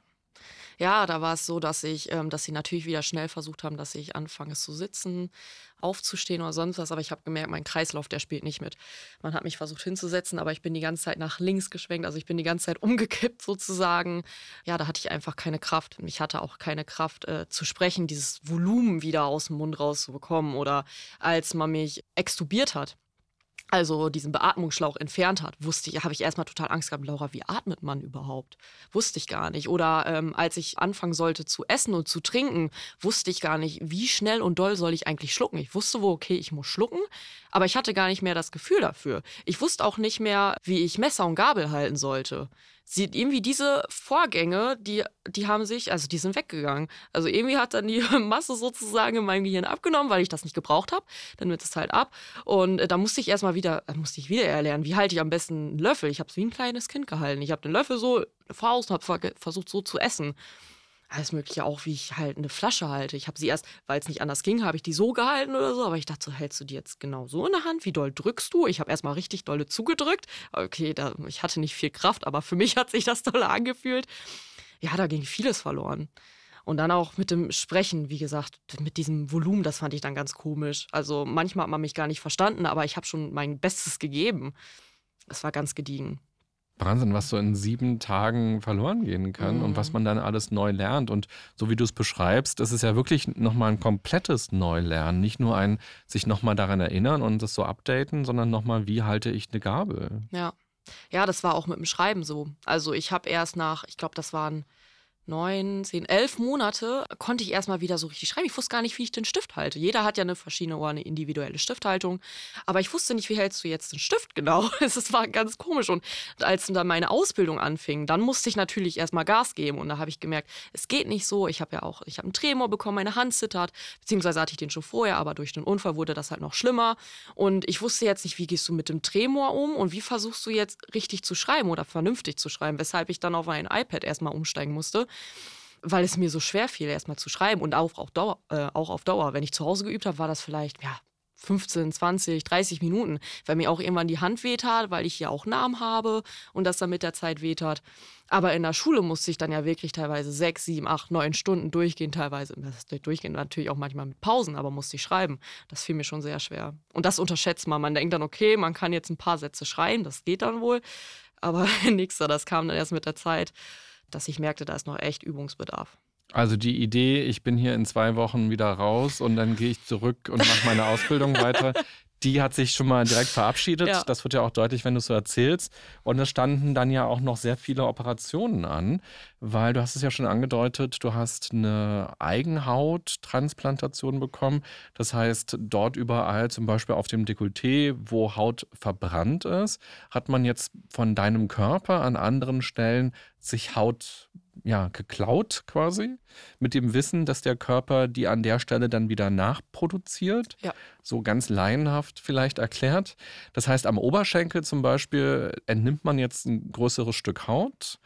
Ja, da war es so, dass sie natürlich wieder schnell versucht haben, dass ich anfange zu sitzen, aufzustehen oder sonst was. Aber ich habe gemerkt, mein Kreislauf, der spielt nicht mit. Man hat mich versucht hinzusetzen, aber ich bin die ganze Zeit nach links geschwenkt. Also ich bin die ganze Zeit umgekippt sozusagen. Ja, da hatte ich einfach keine Kraft. Ich hatte auch keine Kraft zu sprechen, dieses Volumen wieder aus dem Mund rauszubekommen. Oder als man mich extubiert hat, also diesen Beatmungsschlauch entfernt hat, habe ich erstmal total Angst gehabt, Laura, wie atmet man überhaupt? Wusste ich gar nicht. Oder als ich anfangen sollte zu essen und zu trinken, wusste ich gar nicht, wie schnell und doll soll ich eigentlich schlucken. Ich wusste okay, ich muss schlucken, aber ich hatte gar nicht mehr das Gefühl dafür. Ich wusste auch nicht mehr, wie ich Messer und Gabel halten sollte. irgendwie diese Vorgänge, die haben sich, also die sind weggegangen. Also irgendwie hat dann die Masse sozusagen in meinem Gehirn abgenommen, weil ich das nicht gebraucht habe. Dann wird es halt ab. Und da musste ich wieder erlernen, wie halte ich am besten einen Löffel. Ich habe es wie ein kleines Kind gehalten. Ich habe den Löffel so Faust und habe versucht so zu essen. Alles Mögliche, auch wie ich halt eine Flasche halte. Ich habe sie erst, weil es nicht anders ging, habe ich die so gehalten oder so. Aber ich dachte so, hältst du die jetzt genau so in der Hand? Wie doll drückst du? Ich habe erstmal richtig dolle zugedrückt. Okay, ich hatte nicht viel Kraft, aber für mich hat sich das dolle angefühlt. Ja, da ging vieles verloren. Und dann auch mit dem Sprechen, wie gesagt, mit diesem Volumen, das fand ich dann ganz komisch. Also manchmal hat man mich gar nicht verstanden, aber ich habe schon mein Bestes gegeben. Es war ganz gediegen. Wahnsinn, was so in 7 Tagen verloren gehen kann und was man dann alles neu lernt. Und so wie du es beschreibst, das ist ja wirklich nochmal ein komplettes Neulernen. Nicht nur ein sich nochmal daran erinnern und das so updaten, sondern nochmal, wie halte ich eine Gabel? Ja. Ja, das war auch mit dem Schreiben so. Also ich habe erst ich glaube, das waren 9, 10, 11 Monate, konnte ich erstmal wieder so richtig schreiben. Ich wusste gar nicht, wie ich den Stift halte. Jeder hat ja eine verschiedene oder eine individuelle Stifthaltung. Aber ich wusste nicht, wie hältst du jetzt den Stift genau. Es war ganz komisch. Und als dann meine Ausbildung anfing, dann musste ich natürlich erstmal Gas geben. Und da habe ich gemerkt, es geht nicht so. Ich habe einen Tremor bekommen, meine Hand zittert. Beziehungsweise hatte ich den schon vorher, aber durch den Unfall wurde das halt noch schlimmer. Und ich wusste jetzt nicht, wie gehst du mit dem Tremor um und wie versuchst du jetzt richtig zu schreiben oder vernünftig zu schreiben. Weshalb ich dann auf ein iPad erstmal umsteigen musste. Weil es mir so schwer fiel, erstmal zu schreiben und auch auf Dauer. Wenn ich zu Hause geübt habe, war das vielleicht 15, 20, 30 Minuten, weil mir auch irgendwann die Hand wehtat, weil ich hier auch Namen habe und das dann mit der Zeit wehtat. Aber in der Schule musste ich dann ja wirklich teilweise 6, 7, 8, 9 Stunden durchgehen, teilweise. Das ist durchgehen, natürlich auch manchmal mit Pausen, aber musste ich schreiben. Das fiel mir schon sehr schwer. Und das unterschätzt man. Man denkt dann, okay, man kann jetzt ein paar Sätze schreiben, das geht dann wohl. Aber nix da, das kam dann erst mit der Zeit, dass ich merkte, da ist noch echt Übungsbedarf. Also die Idee, ich bin hier in 2 Wochen wieder raus und dann gehe ich zurück und mache meine Ausbildung weiter, die hat sich schon mal direkt verabschiedet. Ja. Das wird ja auch deutlich, wenn du es so erzählst. Und es standen dann ja auch noch sehr viele Operationen an, weil du hast es ja schon angedeutet, du hast eine Eigenhauttransplantation bekommen. Das heißt, dort überall, zum Beispiel auf dem Dekolleté, wo Haut verbrannt ist, hat man jetzt von deinem Körper an anderen Stellen sich Haut geklaut quasi, mit dem Wissen, dass der Körper die an der Stelle dann wieder nachproduziert. Ja. So ganz laienhaft vielleicht erklärt. Das heißt, am Oberschenkel zum Beispiel entnimmt man jetzt ein größeres Stück Haut.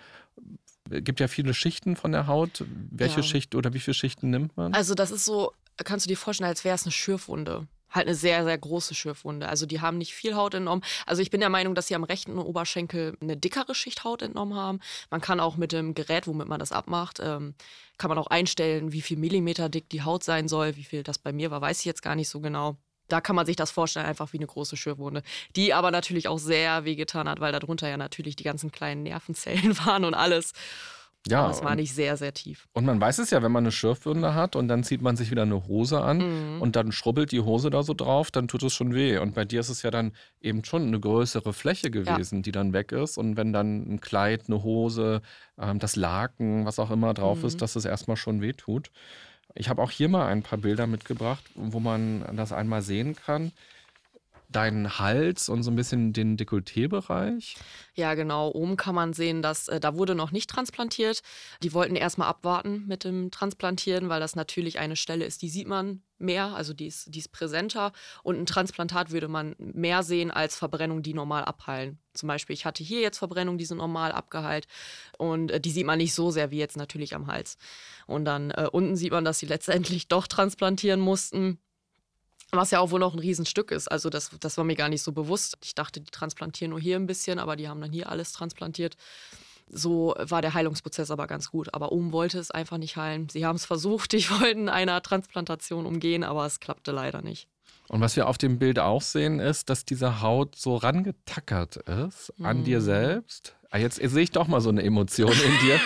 Es gibt ja viele Schichten von der Haut. Welche Schicht oder wie viele Schichten nimmt man? Also das ist so, kannst du dir vorstellen, als wäre es eine Schürfwunde. Halt eine sehr, sehr große Schürfwunde. Also die haben nicht viel Haut entnommen. Also ich bin der Meinung, dass sie am rechten Oberschenkel eine dickere Schicht Haut entnommen haben. Man kann auch mit dem Gerät, womit man das abmacht, kann man auch einstellen, wie viel Millimeter dick die Haut sein soll. Wie viel das bei mir war, weiß ich jetzt gar nicht so genau. Da kann man sich das vorstellen, einfach wie eine große Schürfwunde, die aber natürlich auch sehr wehgetan hat, weil darunter ja natürlich die ganzen kleinen Nervenzellen waren und alles. Ja, aber es war nicht sehr, sehr tief. Und man weiß es ja, wenn man eine Schürfwunde hat und dann zieht man sich wieder eine Hose an und dann schrubbelt die Hose da so drauf, dann tut es schon weh. Und bei dir ist es ja dann eben schon eine größere Fläche gewesen, die dann weg ist. Und wenn dann ein Kleid, eine Hose, das Laken, was auch immer drauf ist, dass es erstmal schon weh tut. Ich habe auch hier mal ein paar Bilder mitgebracht, wo man das einmal sehen kann. Deinen Hals und so ein bisschen den Dekolleté-Bereich. Ja, genau. Oben kann man sehen, dass da wurde noch nicht transplantiert. Die wollten erstmal abwarten mit dem Transplantieren, weil das natürlich eine Stelle ist, die sieht man mehr, also die ist präsenter. Und ein Transplantat würde man mehr sehen als Verbrennungen, die normal abheilen. Zum Beispiel, ich hatte hier jetzt Verbrennungen, die sind normal abgeheilt. Und die sieht man nicht so sehr wie jetzt natürlich am Hals. Und dann unten sieht man, dass sie letztendlich doch transplantieren mussten. Was ja auch wohl noch ein Riesenstück ist. Also das war mir gar nicht so bewusst. Ich dachte, die transplantieren nur hier ein bisschen, aber die haben dann hier alles transplantiert. So war der Heilungsprozess aber ganz gut. Aber oben wollte es einfach nicht heilen. Sie haben es versucht, die wollten einer Transplantation umgehen, aber es klappte leider nicht. Und was wir auf dem Bild auch sehen, ist, dass diese Haut so rangetackert ist an dir selbst. Jetzt sehe ich doch mal so eine Emotion in dir.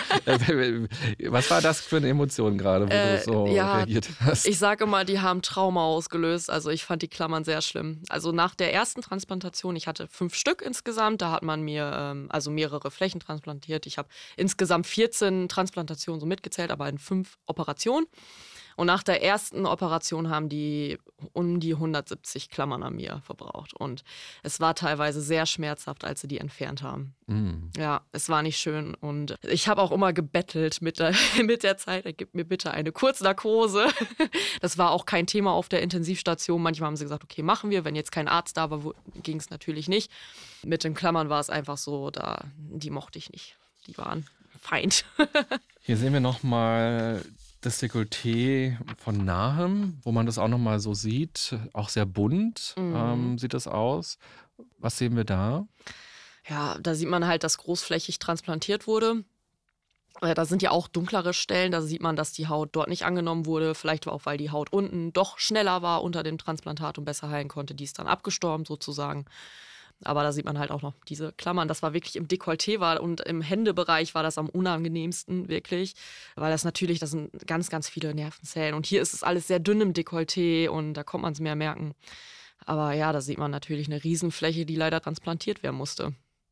Was war das für eine Emotion gerade, wo du so reagiert hast? Ich sage immer, die haben Trauma ausgelöst. Also ich fand die Klammern sehr schlimm. Also nach der ersten Transplantation, ich hatte 5 Stück insgesamt, da hat man mir mehrere Flächen transplantiert. Ich habe insgesamt 14 Transplantationen so mitgezählt, aber in 5 Operationen. Und nach der ersten Operation haben die um die 170 Klammern an mir verbraucht. Und es war teilweise sehr schmerzhaft, als sie die entfernt haben. Ja, es war nicht schön. Und ich habe auch immer gebettelt mit der Zeit, gib mir bitte eine Kurznarkose. Das war auch kein Thema auf der Intensivstation. Manchmal haben sie gesagt, okay, machen wir. Wenn jetzt kein Arzt da war, ging es natürlich nicht. Mit den Klammern war es einfach so, die mochte ich nicht. Die waren Feind. Hier sehen wir nochmal das Dekolleté von nahem, wo man das auch nochmal so sieht. Auch sehr bunt sieht das aus. Was sehen wir da? Ja, da sieht man halt, dass großflächig transplantiert wurde. Da sind ja auch dunklere Stellen. Da sieht man, dass die Haut dort nicht angenommen wurde. Vielleicht auch, weil die Haut unten doch schneller war unter dem Transplantat und besser heilen konnte. Die ist dann abgestorben sozusagen. Aber da sieht man halt auch noch diese Klammern. Das war wirklich im Dekolleté und im Händebereich war das am unangenehmsten wirklich. Weil das sind ganz, ganz viele Nervenzellen. Und hier ist es alles sehr dünn im Dekolleté und da kommt man es mehr merken. Aber ja, da sieht man natürlich eine Riesenfläche, die leider transplantiert werden musste.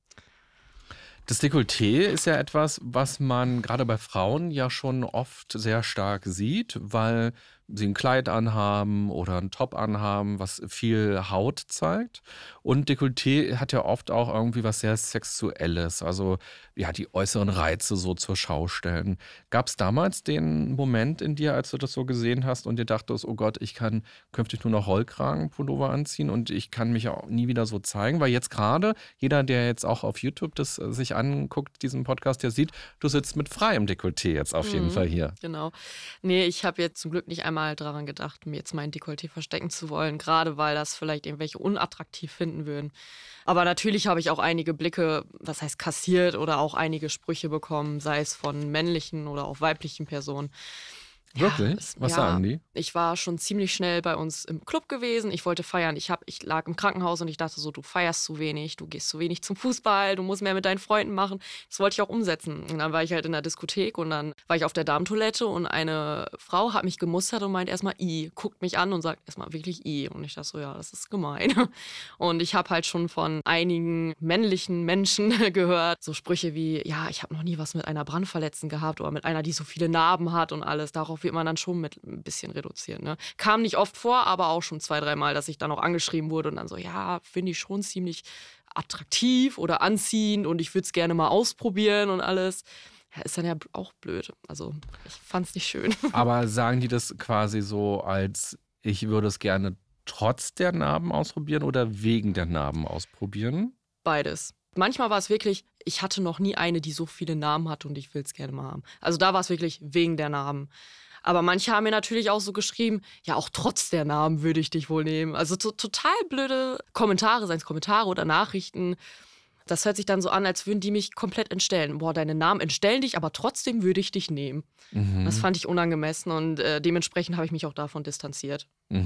Das Dekolleté ist ja etwas, was man gerade bei Frauen ja schon oft sehr stark sieht, weil sie ein Kleid anhaben oder einen Top anhaben, was viel Haut zeigt. Und Dekolleté hat ja oft auch irgendwie was sehr Sexuelles, also ja, die äußeren Reize so zur Schau stellen. Gab es damals den Moment in dir, als du das so gesehen hast und dir dachtest, oh Gott, ich kann künftig nur noch Rollkragenpullover anziehen und ich kann mich auch nie wieder so zeigen? Weil jetzt gerade, jeder, der jetzt auch auf YouTube das sich anguckt, diesen Podcast, der sieht, du sitzt mit freiem Dekolleté jetzt auf jeden Fall hier. Genau. Nee, ich habe jetzt zum Glück nicht einmal daran gedacht, mir jetzt mein Dekolleté verstecken zu wollen, gerade weil das vielleicht irgendwelche unattraktiv finden würden. Aber natürlich habe ich auch einige Blicke, was heißt kassiert, oder auch einige Sprüche bekommen, sei es von männlichen oder auch weiblichen Personen. Wirklich? Was sagen die? Ich war schon ziemlich schnell bei uns im Club gewesen. Ich wollte feiern. Ich lag im Krankenhaus und ich dachte so, du feierst zu wenig, du gehst zu wenig zum Fußball, du musst mehr mit deinen Freunden machen. Das wollte ich auch umsetzen. Und dann war ich halt in der Diskothek und dann war ich auf der Damentoilette und eine Frau hat mich gemustert und meint erstmal guckt mich an und sagt erstmal wirklich Und ich dachte so, ja, das ist gemein. Und ich habe halt schon von einigen männlichen Menschen gehört, so Sprüche wie, ja, ich habe noch nie was mit einer Brandverletzten gehabt oder mit einer, die so viele Narben hat und alles. Darauf wird man dann schon mit ein bisschen reduziert. Ne? Kam nicht oft vor, aber auch schon 2-3 Mal, dass ich dann auch angeschrieben wurde und dann so, ja, finde ich schon ziemlich attraktiv oder anziehend und ich würde es gerne mal ausprobieren und alles. Ja, ist dann ja auch blöd. Also ich fand es nicht schön. Aber sagen die das quasi so als, ich würde es gerne trotz der Narben ausprobieren oder wegen der Narben ausprobieren? Beides. Manchmal war es wirklich, ich hatte noch nie eine, die so viele Narben hat und ich will es gerne mal haben. Also da war es wirklich wegen der Narben. Aber manche haben mir natürlich auch so geschrieben, ja, auch trotz der Narben würde ich dich wohl nehmen. Also total blöde Kommentare, seien es Kommentare oder Nachrichten. Das hört sich dann so an, als würden die mich komplett entstellen. Boah, deine Namen entstellen dich, aber trotzdem würde ich dich nehmen. Das fand ich unangemessen und dementsprechend habe ich mich auch davon distanziert.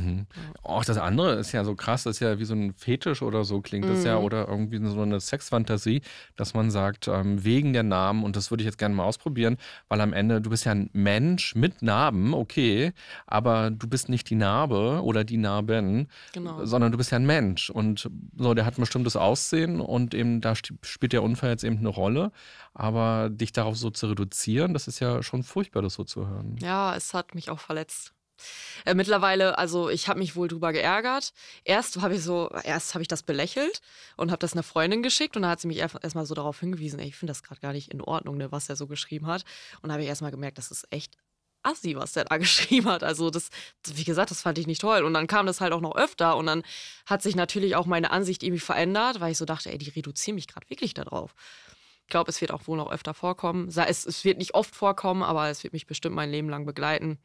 Auch das andere ist ja so krass, das ist ja wie so ein Fetisch oder so klingt das ja, oder irgendwie so eine Sexfantasie, dass man sagt, wegen der Narben, und das würde ich jetzt gerne mal ausprobieren, weil am Ende, du bist ja ein Mensch mit Narben, okay, aber du bist nicht die Narbe oder die Narben, sondern du bist ja ein Mensch und so, der hat ein bestimmtes Aussehen und eben da spielt der Unfall jetzt eben eine Rolle, aber dich darauf so zu reduzieren, das ist ja schon furchtbar, das so zu hören. Ja, es hat mich auch verletzt. Mittlerweile, also ich habe mich wohl drüber geärgert. Erst habe ich das belächelt und habe das einer Freundin geschickt und dann hat sie mich erstmal so darauf hingewiesen, ey, ich finde das gerade gar nicht in Ordnung, ne, was er so geschrieben hat. Und da habe ich erstmal gemerkt, das ist echt assi, was der da geschrieben hat. Also das, wie gesagt, das fand ich nicht toll. Und dann kam das halt auch noch öfter und dann hat sich natürlich auch meine Ansicht irgendwie verändert, weil ich so dachte, ey, die reduzieren mich gerade wirklich darauf. Ich glaube, es wird auch wohl noch öfter vorkommen. Es wird nicht oft vorkommen, aber es wird mich bestimmt mein Leben lang begleiten.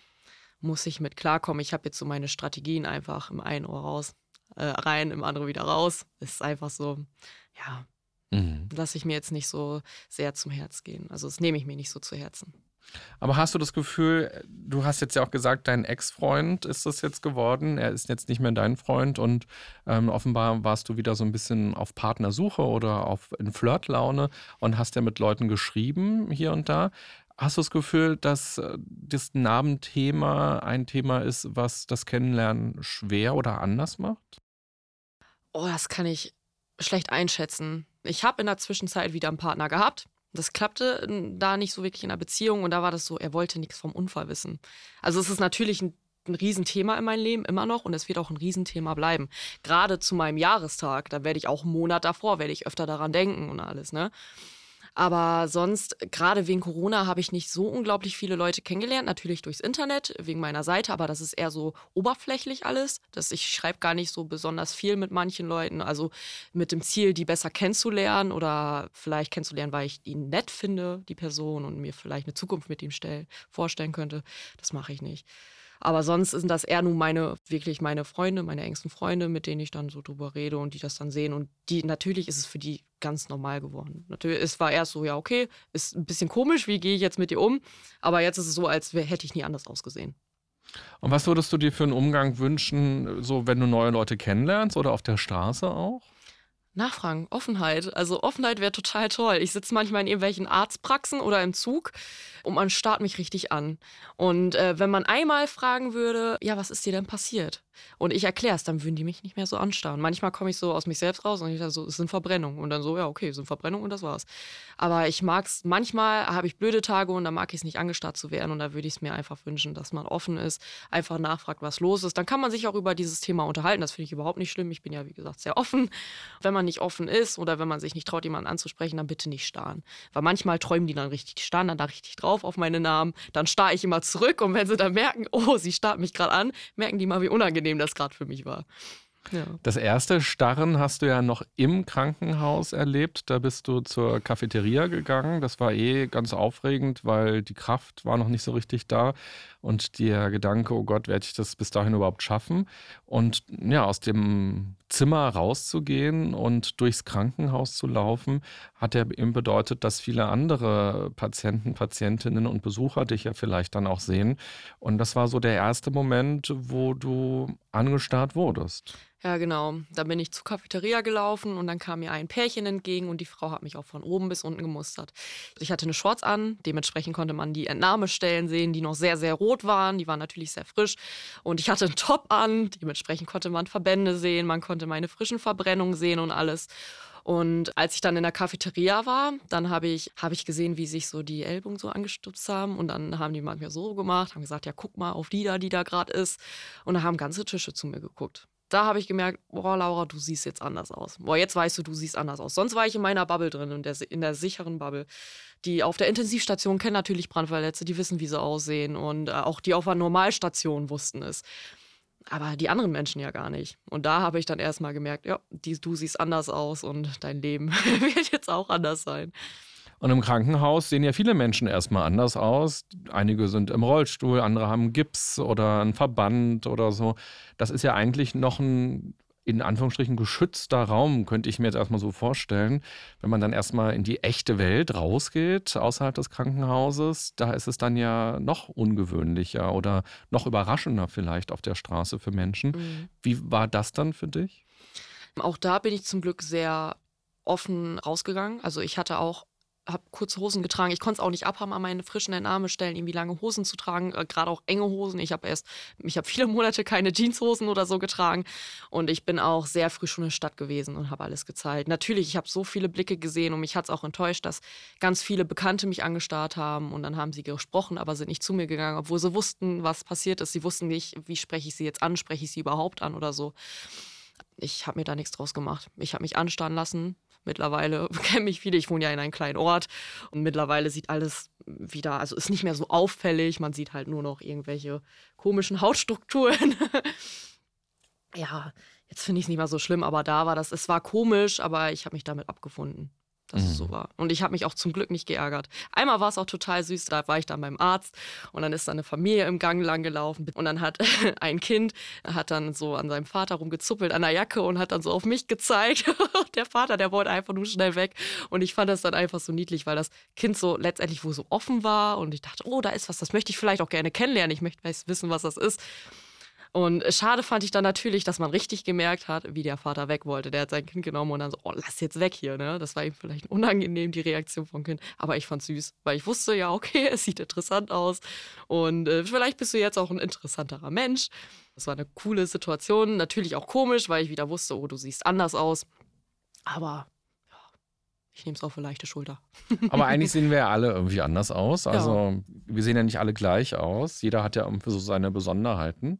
Muss ich mit klarkommen. Ich habe jetzt so meine Strategien einfach im einen Ohr rein, im anderen wieder raus. Ist einfach so, ja, lasse ich mir jetzt nicht so sehr zum Herz gehen. Also das nehme ich mir nicht so zu Herzen. Aber hast du das Gefühl, du hast jetzt ja auch gesagt, dein Ex-Freund ist das jetzt geworden, er ist jetzt nicht mehr dein Freund und offenbar warst du wieder so ein bisschen auf Partnersuche oder in Flirtlaune und hast ja mit Leuten geschrieben hier und da. Hast du das Gefühl, dass das Narbenthema ein Thema ist, was das Kennenlernen schwer oder anders macht? Oh, das kann ich schlecht einschätzen. Ich habe in der Zwischenzeit wieder einen Partner gehabt. Das klappte da nicht so wirklich in der Beziehung und da war das so, er wollte nichts vom Unfall wissen. Also es ist natürlich ein Riesenthema in meinem Leben, immer noch, und es wird auch ein Riesenthema bleiben. Gerade zu meinem Jahrestag, da werde ich auch einen Monat davor, werde ich öfter daran denken und alles, ne? Aber sonst, gerade wegen Corona, habe ich nicht so unglaublich viele Leute kennengelernt. Natürlich durchs Internet, wegen meiner Seite, aber das ist eher so oberflächlich alles. Ich schreibe gar nicht so besonders viel mit manchen Leuten. Also mit dem Ziel, die besser kennenzulernen oder vielleicht kennenzulernen, weil ich ihn nett finde, die Person, und mir vielleicht eine Zukunft mit ihm vorstellen könnte. Das mache ich nicht. Aber sonst sind das eher nur wirklich meine Freunde, meine engsten Freunde, mit denen ich dann so drüber rede und die das dann sehen. Und natürlich ist es für die ganz normal geworden. Natürlich, es war erst so, ja, okay, ist ein bisschen komisch, wie gehe ich jetzt mit dir um? Aber jetzt ist es so, als hätte ich nie anders ausgesehen. Und was würdest du dir für einen Umgang wünschen, so wenn du neue Leute kennenlernst oder auf der Straße auch? Nachfragen, Offenheit. Also Offenheit wäre total toll. Ich sitze manchmal in irgendwelchen Arztpraxen oder im Zug und man starrt mich richtig an. Und wenn man einmal fragen würde, ja, was ist dir denn passiert? Und ich erkläre es, dann würden die mich nicht mehr so anstarren. Manchmal komme ich so aus mich selbst raus und ich sage so, es sind Verbrennungen. Und dann so, ja, okay, es sind Verbrennungen und das war's. Aber ich mag's, manchmal habe ich blöde Tage und da mag ich es nicht angestarrt zu werden. Und da würde ich es mir einfach wünschen, dass man offen ist, einfach nachfragt, was los ist. Dann kann man sich auch über dieses Thema unterhalten. Das finde ich überhaupt nicht schlimm. Ich bin ja, wie gesagt, sehr offen. Wenn man nicht offen ist oder wenn man sich nicht traut, jemanden anzusprechen, dann bitte nicht starren. Weil manchmal träumen die dann richtig, die starren dann da richtig drauf auf meine Namen. Dann starre ich immer zurück und wenn sie dann merken, oh, sie starrt mich gerade an, merken die mal, wie unangenehm das gerade für mich war. Ja. Das erste Starren hast du ja noch im Krankenhaus erlebt. Da bist du zur Cafeteria gegangen. Das war ganz aufregend, weil die Kraft war noch nicht so richtig da. Und der Gedanke, oh Gott, werde ich das bis dahin überhaupt schaffen? Und ja, aus dem Zimmer rauszugehen und durchs Krankenhaus zu laufen, hat ja eben bedeutet, dass viele andere Patienten, Patientinnen und Besucher dich ja vielleicht dann auch sehen. Und das war so der erste Moment, wo du angestarrt wurdest. Ja, genau. Da bin ich zur Cafeteria gelaufen und dann kam mir ein Pärchen entgegen und die Frau hat mich auch von oben bis unten gemustert. Ich hatte eine Shorts an, dementsprechend konnte man die Entnahmestellen sehen, die noch sehr, sehr rot waren. Die waren natürlich sehr frisch. Und ich hatte einen Top an, dementsprechend konnte man Verbände sehen, man konnte meine frischen Verbrennungen sehen und alles. Und als ich dann in der Cafeteria war, dann hab ich gesehen, wie sich so die Ellbogen so angestützt haben. Und dann haben die manchmal so gemacht, haben gesagt, ja, guck mal auf die da gerade ist. Und dann haben ganze Tische zu mir geguckt. Da habe ich gemerkt, boah, Laura, du siehst jetzt anders aus. Boah, jetzt weißt du siehst anders aus. Sonst war ich in meiner Bubble drin, in der sicheren Bubble. Die auf der Intensivstation kennen natürlich Brandverletzte, die wissen, wie sie aussehen. Und auch die auf der Normalstation wussten es. Aber die anderen Menschen ja gar nicht. Und da habe ich dann erst mal gemerkt, ja, du siehst anders aus und dein Leben wird jetzt auch anders sein. Und im Krankenhaus sehen ja viele Menschen erstmal anders aus. Einige sind im Rollstuhl, andere haben Gips oder einen Verband oder so. Das ist ja eigentlich noch ein, in Anführungsstrichen, geschützter Raum, könnte ich mir jetzt erstmal so vorstellen. Wenn man dann erstmal in die echte Welt rausgeht, außerhalb des Krankenhauses, da ist es dann ja noch ungewöhnlicher oder noch überraschender vielleicht auf der Straße für Menschen. Mhm. Wie war das dann für dich? Auch da bin ich zum Glück sehr offen rausgegangen. Also ich habe kurze Hosen getragen. Ich konnte es auch nicht abhaben, an meine frischen Entnahmestellen irgendwie lange Hosen zu tragen, gerade auch enge Hosen. Ich habe viele Monate keine Jeanshosen oder so getragen und ich bin auch sehr früh schon in der Stadt gewesen und habe alles gezeigt. Natürlich, ich habe so viele Blicke gesehen und mich hat es auch enttäuscht, dass ganz viele Bekannte mich angestarrt haben und dann haben sie gesprochen, aber sind nicht zu mir gegangen, obwohl sie wussten, was passiert ist. Sie wussten nicht, wie spreche ich sie jetzt an, spreche ich sie überhaupt an oder so. Ich habe mir da nichts draus gemacht. Ich habe mich anstarren lassen. Mittlerweile kennen mich viele, ich wohne ja in einem kleinen Ort und mittlerweile sieht alles wieder, also ist nicht mehr so auffällig, man sieht halt nur noch irgendwelche komischen Hautstrukturen. Ja, jetzt finde ich es nicht mehr so schlimm, aber es war komisch, aber ich habe mich damit abgefunden, dass es so war. Und ich habe mich auch zum Glück nicht geärgert. Einmal war es auch total süß, da war ich dann beim Arzt und dann ist da eine Familie im Gang lang gelaufen und dann hat ein Kind, hat dann so an seinem Vater rumgezuppelt an der Jacke und hat dann so auf mich gezeigt. Der Vater, der wollte einfach nur schnell weg und ich fand das dann einfach so niedlich, weil das Kind so letztendlich wohl so offen war und ich dachte, oh, da ist was, das möchte ich vielleicht auch gerne kennenlernen, ich möchte wissen, was das ist. Und schade fand ich dann natürlich, dass man richtig gemerkt hat, wie der Vater weg wollte. Der hat sein Kind genommen und dann so, oh, lass jetzt weg hier, ne? Das war ihm vielleicht unangenehm, die Reaktion vom Kind. Aber ich fand's süß, weil ich wusste, ja, okay, es sieht interessant aus. Und vielleicht bist du jetzt auch ein interessanterer Mensch. Das war eine coole Situation. Natürlich auch komisch, weil ich wieder wusste, oh, du siehst anders aus. Aber ja, ich nehme es auf eine leichte Schulter. Aber eigentlich sehen wir ja alle irgendwie anders aus. Ja. Also wir sehen ja nicht alle gleich aus. Jeder hat ja irgendwie so seine Besonderheiten.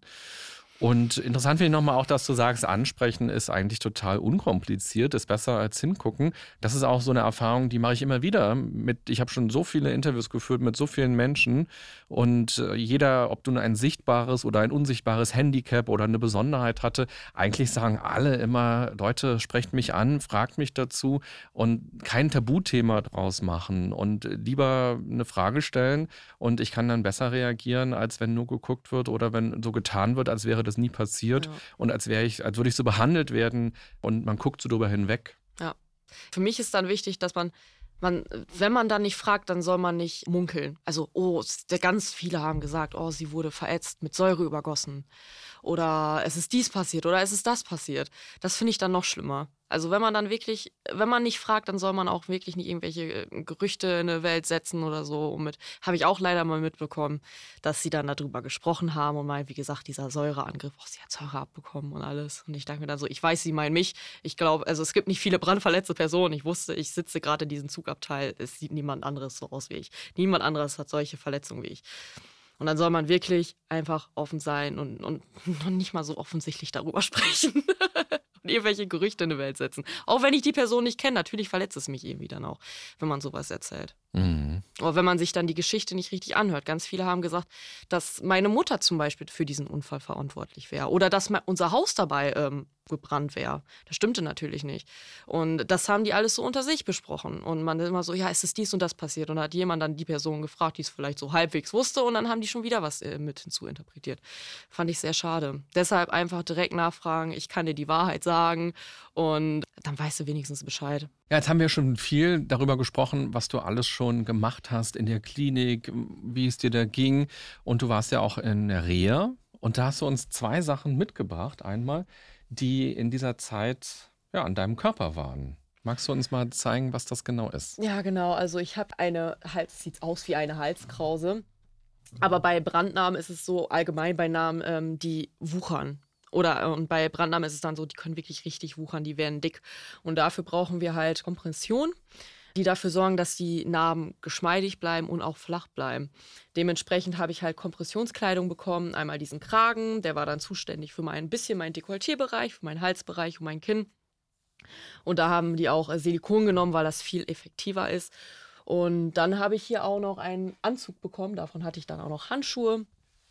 Und interessant finde ich nochmal auch, dass du sagst, ansprechen ist eigentlich total unkompliziert, ist besser als hingucken. Das ist auch so eine Erfahrung, die mache ich immer wieder. Ich habe schon so viele Interviews geführt mit so vielen Menschen und jeder, ob du ein sichtbares oder ein unsichtbares Handicap oder eine Besonderheit hatte, eigentlich sagen alle immer, Leute, sprecht mich an, fragt mich dazu und kein Tabuthema draus machen und lieber eine Frage stellen und ich kann dann besser reagieren, als wenn nur geguckt wird oder wenn so getan wird, als wäre das nie passiert und als würde ich so behandelt werden und man guckt so drüber hinweg. Ja. Für mich ist dann wichtig, dass man, wenn man dann nicht fragt, dann soll man nicht munkeln. Also, ganz viele haben gesagt, sie wurde verätzt, mit Säure übergossen. Oder es ist dies passiert oder es ist das passiert. Das finde ich dann noch schlimmer. Also wenn man nicht fragt, dann soll man auch wirklich nicht irgendwelche Gerüchte in die Welt setzen oder so. Habe ich auch leider mal mitbekommen, dass sie dann darüber gesprochen haben und mal, wie gesagt, dieser Säureangriff, sie hat Säure abbekommen und alles. Und ich dachte mir dann so, ich weiß, sie meinen mich. Ich glaube, also es gibt nicht viele brandverletzte Personen. Ich wusste, ich sitze gerade in diesem Zugabteil. Es sieht niemand anderes so aus wie ich. Niemand anderes hat solche Verletzungen wie ich. Und dann soll man wirklich einfach offen sein und nicht mal so offensichtlich darüber sprechen. Und irgendwelche Gerüchte in die Welt setzen. Auch wenn ich die Person nicht kenne, natürlich verletzt es mich irgendwie dann auch, wenn man sowas erzählt. Mhm. Oder wenn man sich dann die Geschichte nicht richtig anhört. Ganz viele haben gesagt, dass meine Mutter zum Beispiel für diesen Unfall verantwortlich wäre. Oder dass unser Haus dabei gebrannt wäre. Das stimmte natürlich nicht. Und das haben die alles so unter sich besprochen. Und man ist immer so, ja, es ist dies und das passiert. Und da hat jemand dann die Person gefragt, die es vielleicht so halbwegs wusste. Und dann haben die schon wieder was mit hinzuinterpretiert. Fand ich sehr schade. Deshalb einfach direkt nachfragen. Ich kann dir die Wahrheit sagen. Und dann weißt du wenigstens Bescheid. Ja, jetzt haben wir schon viel darüber gesprochen, was du alles schon gemacht hast in der Klinik, wie es dir da ging. Und du warst ja auch in der Reha. Und da hast du uns 2 Sachen mitgebracht. Einmal, die in dieser Zeit an deinem Körper waren. Magst du uns mal zeigen, was das genau ist? Ja, genau. Also ich habe sieht aus wie eine Halskrause. Aber bei Brandnarben ist es so, allgemein bei Narben, die wuchern. Und bei Brandnarben ist es dann so, die können wirklich richtig wuchern, die werden dick. Und dafür brauchen wir halt Kompression, die dafür sorgen, dass die Narben geschmeidig bleiben und auch flach bleiben. Dementsprechend habe ich halt Kompressionskleidung bekommen. Einmal diesen Kragen, der war dann zuständig für mein Dekolleté-Bereich, für meinen Halsbereich und mein Kinn. Und da haben die auch Silikon genommen, weil das viel effektiver ist. Und dann habe ich hier auch noch einen Anzug bekommen, davon hatte ich dann auch noch Handschuhe.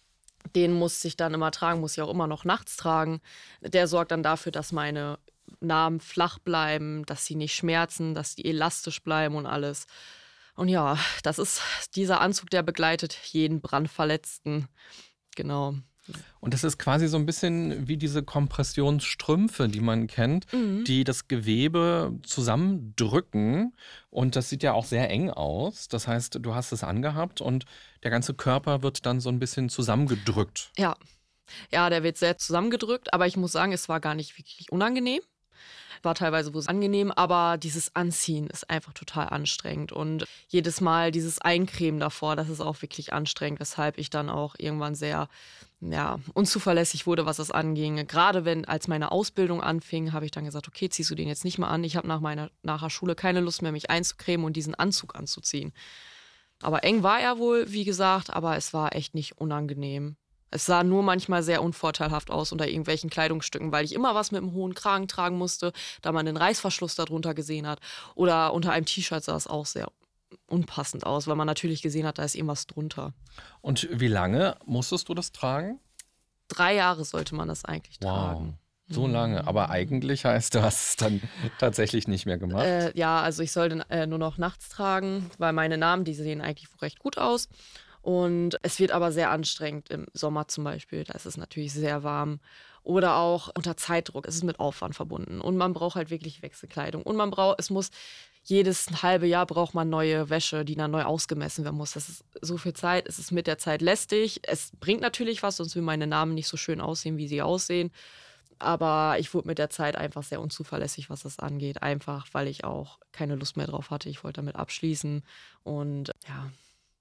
Den musste ich dann immer tragen, muss ich auch immer noch nachts tragen. Der sorgt dann dafür, dass meine Narben flach bleiben, dass sie nicht schmerzen, dass die elastisch bleiben und alles. Und ja, das ist dieser Anzug, der begleitet jeden Brandverletzten. Genau. Und das ist quasi so ein bisschen wie diese Kompressionsstrümpfe, die man kennt, die das Gewebe zusammendrücken. Und das sieht ja auch sehr eng aus. Das heißt, du hast es angehabt und der ganze Körper wird dann so ein bisschen zusammengedrückt. Ja, der wird sehr zusammengedrückt, aber ich muss sagen, es war gar nicht wirklich unangenehm. War teilweise wohl angenehm, aber dieses Anziehen ist einfach total anstrengend. Und jedes Mal dieses Eincremen davor, das ist auch wirklich anstrengend, weshalb ich dann auch irgendwann sehr unzuverlässig wurde, was das anging. Gerade als meine Ausbildung anfing, habe ich dann gesagt, okay, ziehst du den jetzt nicht mal an. Ich habe nach der Schule keine Lust mehr, mich einzucremen und diesen Anzug anzuziehen. Aber eng war er wohl, wie gesagt, aber es war echt nicht unangenehm. Es sah nur manchmal sehr unvorteilhaft aus unter irgendwelchen Kleidungsstücken, weil ich immer was mit einem hohen Kragen tragen musste, da man den Reißverschluss darunter gesehen hat. Oder unter einem T-Shirt sah es auch sehr unpassend aus, weil man natürlich gesehen hat, da ist irgendwas drunter. Und wie lange musstest du das tragen? 3 Jahre sollte man das eigentlich tragen. So lange. Aber eigentlich heißt, du hast es dann tatsächlich nicht mehr gemacht. Also ich soll den nur noch nachts tragen, weil meine Narben, die sehen eigentlich recht gut aus. Und es wird aber sehr anstrengend im Sommer zum Beispiel. Da ist es natürlich sehr warm. Oder auch unter Zeitdruck. Es ist mit Aufwand verbunden. Und man braucht halt wirklich Wechselkleidung. Und jedes halbe Jahr braucht man neue Wäsche, die dann neu ausgemessen werden muss. Das ist so viel Zeit. Es ist mit der Zeit lästig. Es bringt natürlich was, sonst will meine Narben nicht so schön aussehen, wie sie aussehen. Aber ich wurde mit der Zeit einfach sehr unzuverlässig, was das angeht. Einfach, weil ich auch keine Lust mehr drauf hatte. Ich wollte damit abschließen. Und ja,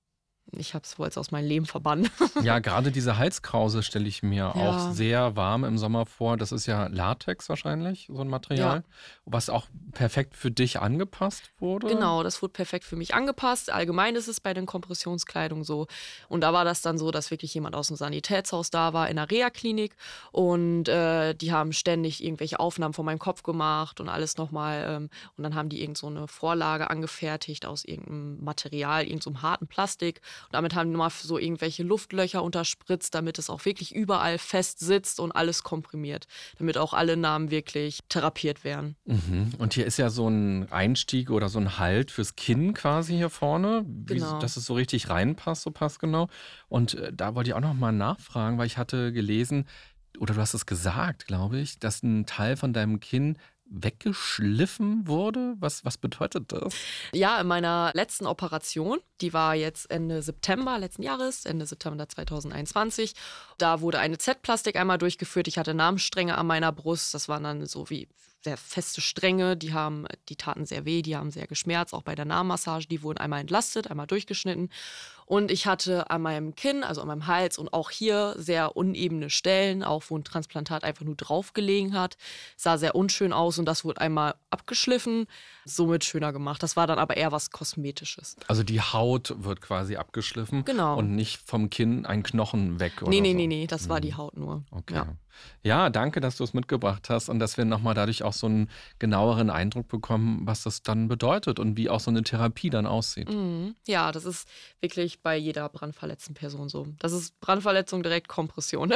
Ich wollte es aus meinem Leben verbannen. Ja, gerade diese Halskrause stelle ich mir auch sehr warm im Sommer vor. Das ist ja Latex wahrscheinlich, so ein Material, was auch perfekt für dich angepasst wurde. Genau, das wurde perfekt für mich angepasst. Allgemein ist es bei den Kompressionskleidung so. Und da war das dann so, dass wirklich jemand aus dem Sanitätshaus da war in der Reha-Klinik und die haben ständig irgendwelche Aufnahmen von meinem Kopf gemacht und alles nochmal. Und dann haben die irgend so eine Vorlage angefertigt aus irgendeinem Material, irgendeinem harten Plastik. Und damit haben die mal so irgendwelche Luftlöcher unterspritzt, damit es auch wirklich überall fest sitzt und alles komprimiert. Damit auch alle Narben wirklich therapiert werden. Mhm. Und hier ist ja so ein Einstieg oder so ein Halt fürs Kinn quasi hier vorne, Genau. dass es so richtig reinpasst, so passgenau. Und da wollte ich auch noch mal nachfragen, weil ich hatte gelesen, oder du hast es gesagt, glaube ich, dass ein Teil von deinem Kinn weggeschliffen wurde? Was bedeutet das? Ja, in meiner letzten Operation, die war jetzt Ende September letzten Jahres, Ende September 2021, da wurde eine Z-Plastik einmal durchgeführt. Ich hatte Narbenstränge an meiner Brust. Das waren dann so wie sehr feste Stränge, die taten sehr weh, die haben sehr geschmerzt, auch bei der Narbenmassage. Die wurden einmal entlastet, einmal durchgeschnitten. Und ich hatte an meinem Kinn, also an meinem Hals und auch hier sehr unebene Stellen, auch wo ein Transplantat einfach nur drauf gelegen hat. Sah sehr unschön aus und das wurde einmal abgeschliffen, somit schöner gemacht. Das war dann aber eher was Kosmetisches. Also die Haut wird quasi abgeschliffen Genau. und nicht vom Kinn ein Knochen weg oder Nee, das war die Haut nur. Okay. Ja, danke, dass du es mitgebracht hast und dass wir nochmal dadurch auch so einen genaueren Eindruck bekommen, was das dann bedeutet und wie auch so eine Therapie dann aussieht. Mhm. Ja, das ist wirklich bei jeder brandverletzten Person so. Das ist Brandverletzung direkt Kompression.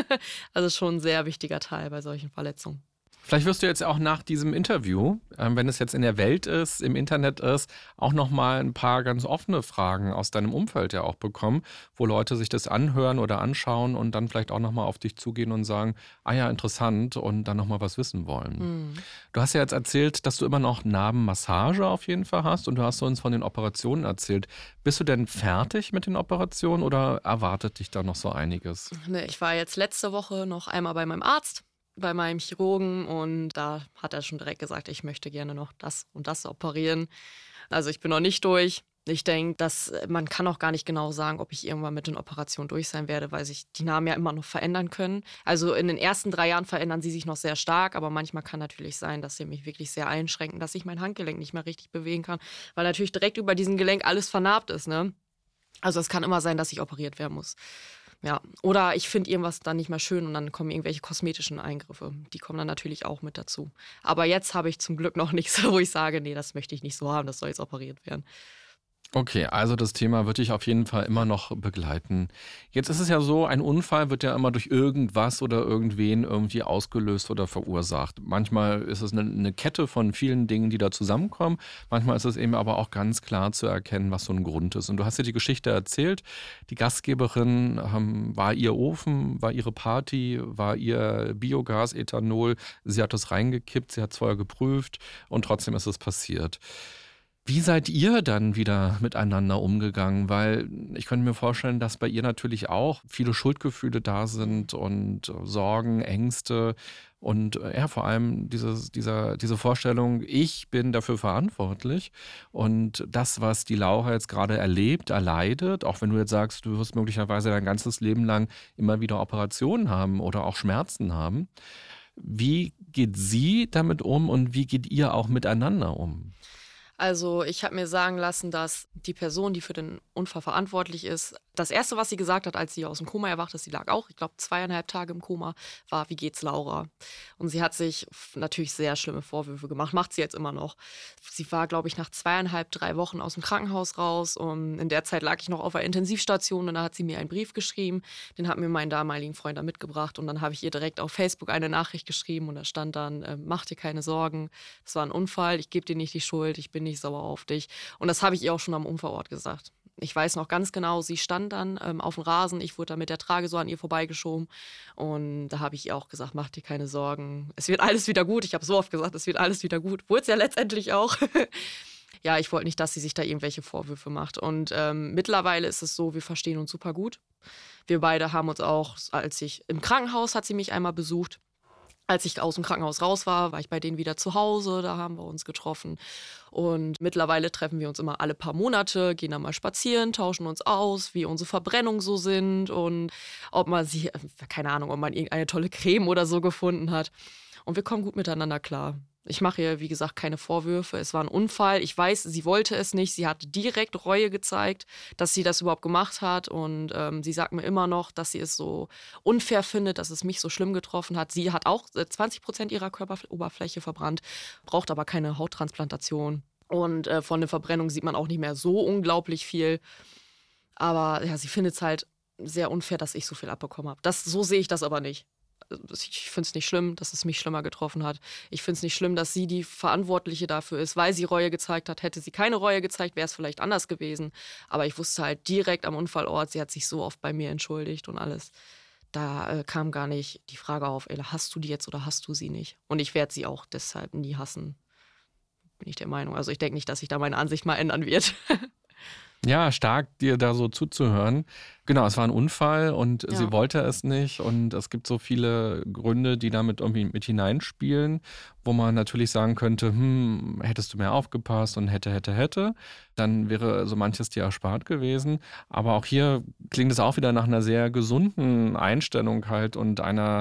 Also schon ein sehr wichtiger Teil bei solchen Verletzungen. Vielleicht wirst du jetzt auch nach diesem Interview, wenn es jetzt in der Welt ist, im Internet ist, auch nochmal ein paar ganz offene Fragen aus deinem Umfeld ja auch bekommen, wo Leute sich das anhören oder anschauen und dann vielleicht auch nochmal auf dich zugehen und sagen, ah ja, interessant und dann nochmal was wissen wollen. Du hast ja jetzt erzählt, dass du immer noch Narbenmassage auf jeden Fall hast und du hast uns von den Operationen erzählt. Bist du denn fertig mit den Operationen oder erwartet dich da noch so einiges? Ne, ich war jetzt letzte Woche noch einmal bei meinem Arzt, bei meinem Chirurgen und da hat er schon direkt gesagt, ich möchte gerne noch das und das operieren. Also ich bin noch nicht durch. Ich denke, dass man kann auch gar nicht genau sagen, ob ich irgendwann mit den Operationen durch sein werde, weil sich die Narben ja immer noch verändern können. Also in den ersten 3 Jahren verändern sie sich noch sehr stark, aber manchmal kann natürlich sein, dass sie mich wirklich sehr einschränken, dass ich mein Handgelenk nicht mehr richtig bewegen kann, weil natürlich direkt über diesem Gelenk alles vernarbt ist, ne? Also es kann immer sein, dass ich operiert werden muss. Ja, oder ich finde irgendwas dann nicht mehr schön und dann kommen irgendwelche kosmetischen Eingriffe. Die kommen dann natürlich auch mit dazu. Aber jetzt habe ich zum Glück noch nichts, wo ich sage, nee, das möchte ich nicht so haben, das soll jetzt operiert werden. Okay, also das Thema wird dich auf jeden Fall immer noch begleiten. Jetzt ist es ja so, ein Unfall wird ja immer durch irgendwas oder irgendwen irgendwie ausgelöst oder verursacht. Manchmal ist es eine Kette von vielen Dingen, die da zusammenkommen. Manchmal ist es eben aber auch ganz klar zu erkennen, was so ein Grund ist. Und du hast dir die Geschichte erzählt. Die Gastgeberin war ihr Ofen, war ihre Party, war ihr Biogas, Ethanol. Sie hat das reingekippt, sie hat es vorher geprüft und trotzdem ist es passiert. Wie seid ihr dann wieder miteinander umgegangen? Weil ich könnte mir vorstellen, dass bei ihr natürlich auch viele Schuldgefühle da sind und Sorgen, Ängste und ja, vor allem diese Vorstellung, ich bin dafür verantwortlich und das, was die Laura jetzt gerade erlebt, erleidet, auch wenn du jetzt sagst, du wirst möglicherweise dein ganzes Leben lang immer wieder Operationen haben oder auch Schmerzen haben. Wie geht sie damit um und wie geht ihr auch miteinander um? Also ich habe mir sagen lassen, dass die Person, die für den Unfall verantwortlich ist, das Erste, was sie gesagt hat, als sie aus dem Koma erwacht ist, sie lag auch, ich glaube, 2,5 Tage im Koma, war, wie geht's Laura? Und sie hat sich natürlich sehr schlimme Vorwürfe gemacht, macht sie jetzt immer noch. Sie war, glaube ich, nach 2,5, 3 Wochen aus dem Krankenhaus raus und in der Zeit lag ich noch auf der Intensivstation und da hat sie mir einen Brief geschrieben, den hat mir mein damaligen Freund da mitgebracht und dann habe ich ihr direkt auf Facebook eine Nachricht geschrieben und da stand dann, mach dir keine Sorgen, es war ein Unfall, ich gebe dir nicht die Schuld, ich bin nicht sauer auf dich. Und das habe ich ihr auch schon am Unfallort gesagt. Ich weiß noch ganz genau, sie stand dann auf dem Rasen, ich wurde dann mit der Trage so an ihr vorbeigeschoben und da habe ich ihr auch gesagt, mach dir keine Sorgen, es wird alles wieder gut. Ich habe so oft gesagt, es wird alles wieder gut. Wurde es ja letztendlich auch. Ja, ich wollte nicht, dass sie sich da irgendwelche Vorwürfe macht. Und mittlerweile ist es so, wir verstehen uns super gut. Wir beide haben uns auch, als ich im Krankenhaus hat sie mich einmal besucht, Als ich aus dem Krankenhaus raus war ich bei denen wieder zu Hause, da haben wir uns getroffen. Und mittlerweile treffen wir uns immer alle paar Monate, gehen dann mal spazieren, tauschen uns aus, wie unsere Verbrennungen so sind und ob man keine Ahnung, ob man irgendeine tolle Creme oder so gefunden hat. Und wir kommen gut miteinander klar. Ich mache ihr, wie gesagt, keine Vorwürfe. Es war ein Unfall. Ich weiß, sie wollte es nicht. Sie hat direkt Reue gezeigt, dass sie das überhaupt gemacht hat. Und sie sagt mir immer noch, dass sie es so unfair findet, dass es mich so schlimm getroffen hat. Sie hat auch 20% ihrer Körperoberfläche verbrannt, braucht aber keine Hauttransplantation. Und von der Verbrennung sieht man auch nicht mehr so unglaublich viel. Aber ja, sie findet es halt sehr unfair, dass ich so viel abbekommen habe. So sehe ich das aber nicht. Ich finde es nicht schlimm, dass es mich schlimmer getroffen hat. Ich finde es nicht schlimm, dass sie die Verantwortliche dafür ist, weil sie Reue gezeigt hat. Hätte sie keine Reue gezeigt, wäre es vielleicht anders gewesen. Aber ich wusste halt direkt am Unfallort, sie hat sich so oft bei mir entschuldigt und alles. Da kam gar nicht die Frage auf, ey, hast du die jetzt oder hast du sie nicht? Und ich werde sie auch deshalb nie hassen, bin ich der Meinung. Also ich denke nicht, dass sich da meine Ansicht mal ändern wird. Ja, stark, dir da so zuzuhören. Genau, es war ein Unfall und sie wollte es nicht. Und es gibt so viele Gründe, die damit irgendwie mit hineinspielen, wo man natürlich sagen könnte, hättest du mehr aufgepasst und hätte, dann wäre so manches dir erspart gewesen. Aber auch hier klingt es auch wieder nach einer sehr gesunden Einstellung halt und einer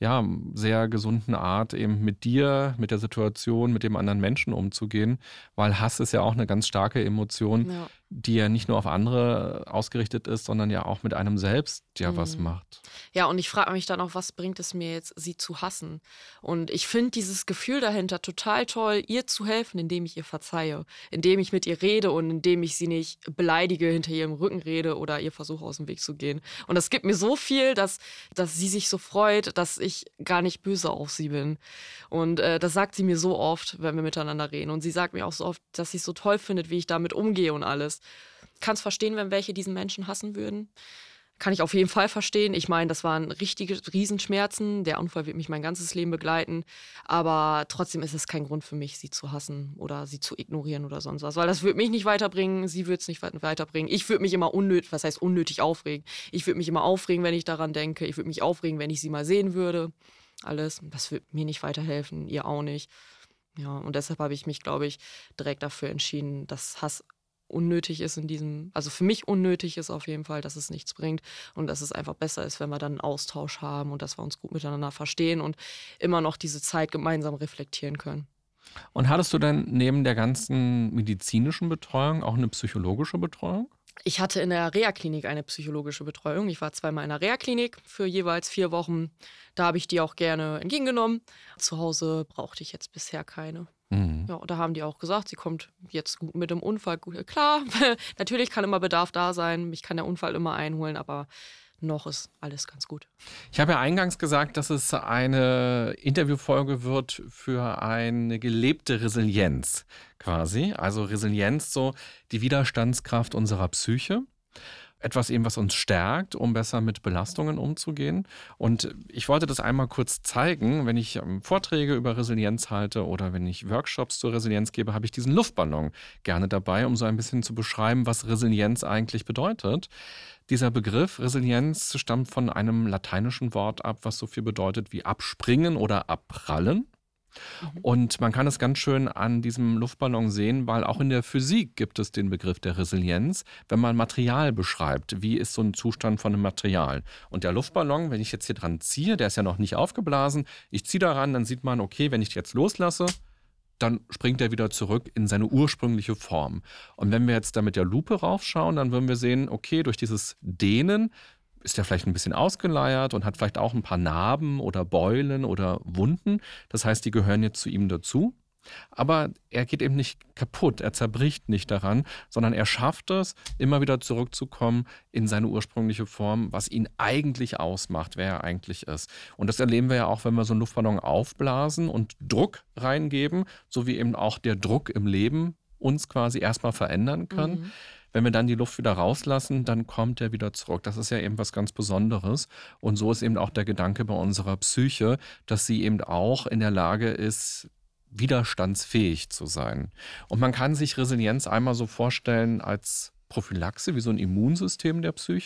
sehr gesunden Art, eben mit dir, mit der Situation, mit dem anderen Menschen umzugehen, weil Hass ist ja auch eine ganz starke Emotion, die ja nicht nur auf andere ausgerichtet ist, sondern ja auch mit einem selbst was macht. Ja, und ich frage mich dann auch, was bringt es mir jetzt, sie zu hassen? Und ich finde dieses Gefühl dahinter total toll, ihr zu helfen, indem ich ihr verzeihe, indem ich mit ihr rede und indem ich sie nicht beleidige, hinter ihrem Rücken rede oder ihr versuche, aus dem Weg zu gehen. Und das gibt mir so viel, dass sie sich so freut, dass ich gar nicht böse auf sie bin. Und das sagt sie mir so oft, wenn wir miteinander reden. Und sie sagt mir auch so oft, dass sie es so toll findet, wie ich damit umgehe und alles. Kann es verstehen, wenn welche diesen Menschen hassen würden. Kann ich auf jeden Fall verstehen. Ich meine, das waren richtige Riesenschmerzen. Der Unfall wird mich mein ganzes Leben begleiten. Aber trotzdem ist es kein Grund für mich, sie zu hassen oder sie zu ignorieren oder sonst was. Weil das würde mich nicht weiterbringen, sie würde es nicht weiterbringen. Ich würde mich immer unnötig aufregen. Ich würde mich immer aufregen, wenn ich daran denke. Ich würde mich aufregen, wenn ich sie mal sehen würde. Alles. Das würde mir nicht weiterhelfen, ihr auch nicht. Ja, und deshalb habe ich mich, glaube ich, direkt dafür entschieden, dass Hass unnötig ist also für mich unnötig ist auf jeden Fall, dass es nichts bringt und dass es einfach besser ist, wenn wir dann einen Austausch haben und dass wir uns gut miteinander verstehen und immer noch diese Zeit gemeinsam reflektieren können. Und hattest du denn neben der ganzen medizinischen Betreuung auch eine psychologische Betreuung? Ich hatte in der Reha-Klinik eine psychologische Betreuung. Ich war zweimal in der Reha-Klinik für jeweils 4 Wochen. Da habe ich die auch gerne entgegengenommen. Zu Hause brauchte ich jetzt bisher keine. Ja, da haben die auch gesagt, sie kommt jetzt gut mit dem Unfall gut klar. Natürlich kann immer Bedarf da sein. Mich kann der Unfall immer einholen, aber noch ist alles ganz gut. Ich habe ja eingangs gesagt, dass es eine Interviewfolge wird für eine gelebte Resilienz quasi. Also Resilienz, so die Widerstandskraft unserer Psyche. Etwas eben, was uns stärkt, um besser mit Belastungen umzugehen. Und ich wollte das einmal kurz zeigen. Wenn ich Vorträge über Resilienz halte oder wenn ich Workshops zur Resilienz gebe, habe ich diesen Luftballon gerne dabei, um so ein bisschen zu beschreiben, was Resilienz eigentlich bedeutet. Dieser Begriff Resilienz stammt von einem lateinischen Wort ab, was so viel bedeutet wie abspringen oder abprallen. Und man kann es ganz schön an diesem Luftballon sehen, weil auch in der Physik gibt es den Begriff der Resilienz, wenn man Material beschreibt. Wie ist so ein Zustand von einem Material? Und der Luftballon, wenn ich jetzt hier dran ziehe, der ist ja noch nicht aufgeblasen, ich ziehe daran, dann sieht man, okay, wenn ich jetzt loslasse, dann springt er wieder zurück in seine ursprüngliche Form. Und wenn wir jetzt da mit der Lupe raufschauen, dann würden wir sehen, okay, durch dieses Dehnen ist er vielleicht ein bisschen ausgeleiert und hat vielleicht auch ein paar Narben oder Beulen oder Wunden. Das heißt, die gehören jetzt zu ihm dazu. Aber er geht eben nicht kaputt, er zerbricht nicht daran, sondern er schafft es, immer wieder zurückzukommen in seine ursprüngliche Form, was ihn eigentlich ausmacht, wer er eigentlich ist. Und das erleben wir ja auch, wenn wir so einen Luftballon aufblasen und Druck reingeben, so wie eben auch der Druck im Leben uns quasi erstmal verändern kann. Wenn wir dann die Luft wieder rauslassen, dann kommt er wieder zurück. Das ist ja eben was ganz Besonderes. Und so ist eben auch der Gedanke bei unserer Psyche, dass sie eben auch in der Lage ist, widerstandsfähig zu sein. Und man kann sich Resilienz einmal so vorstellen als Prophylaxe, wie so ein Immunsystem der Psyche.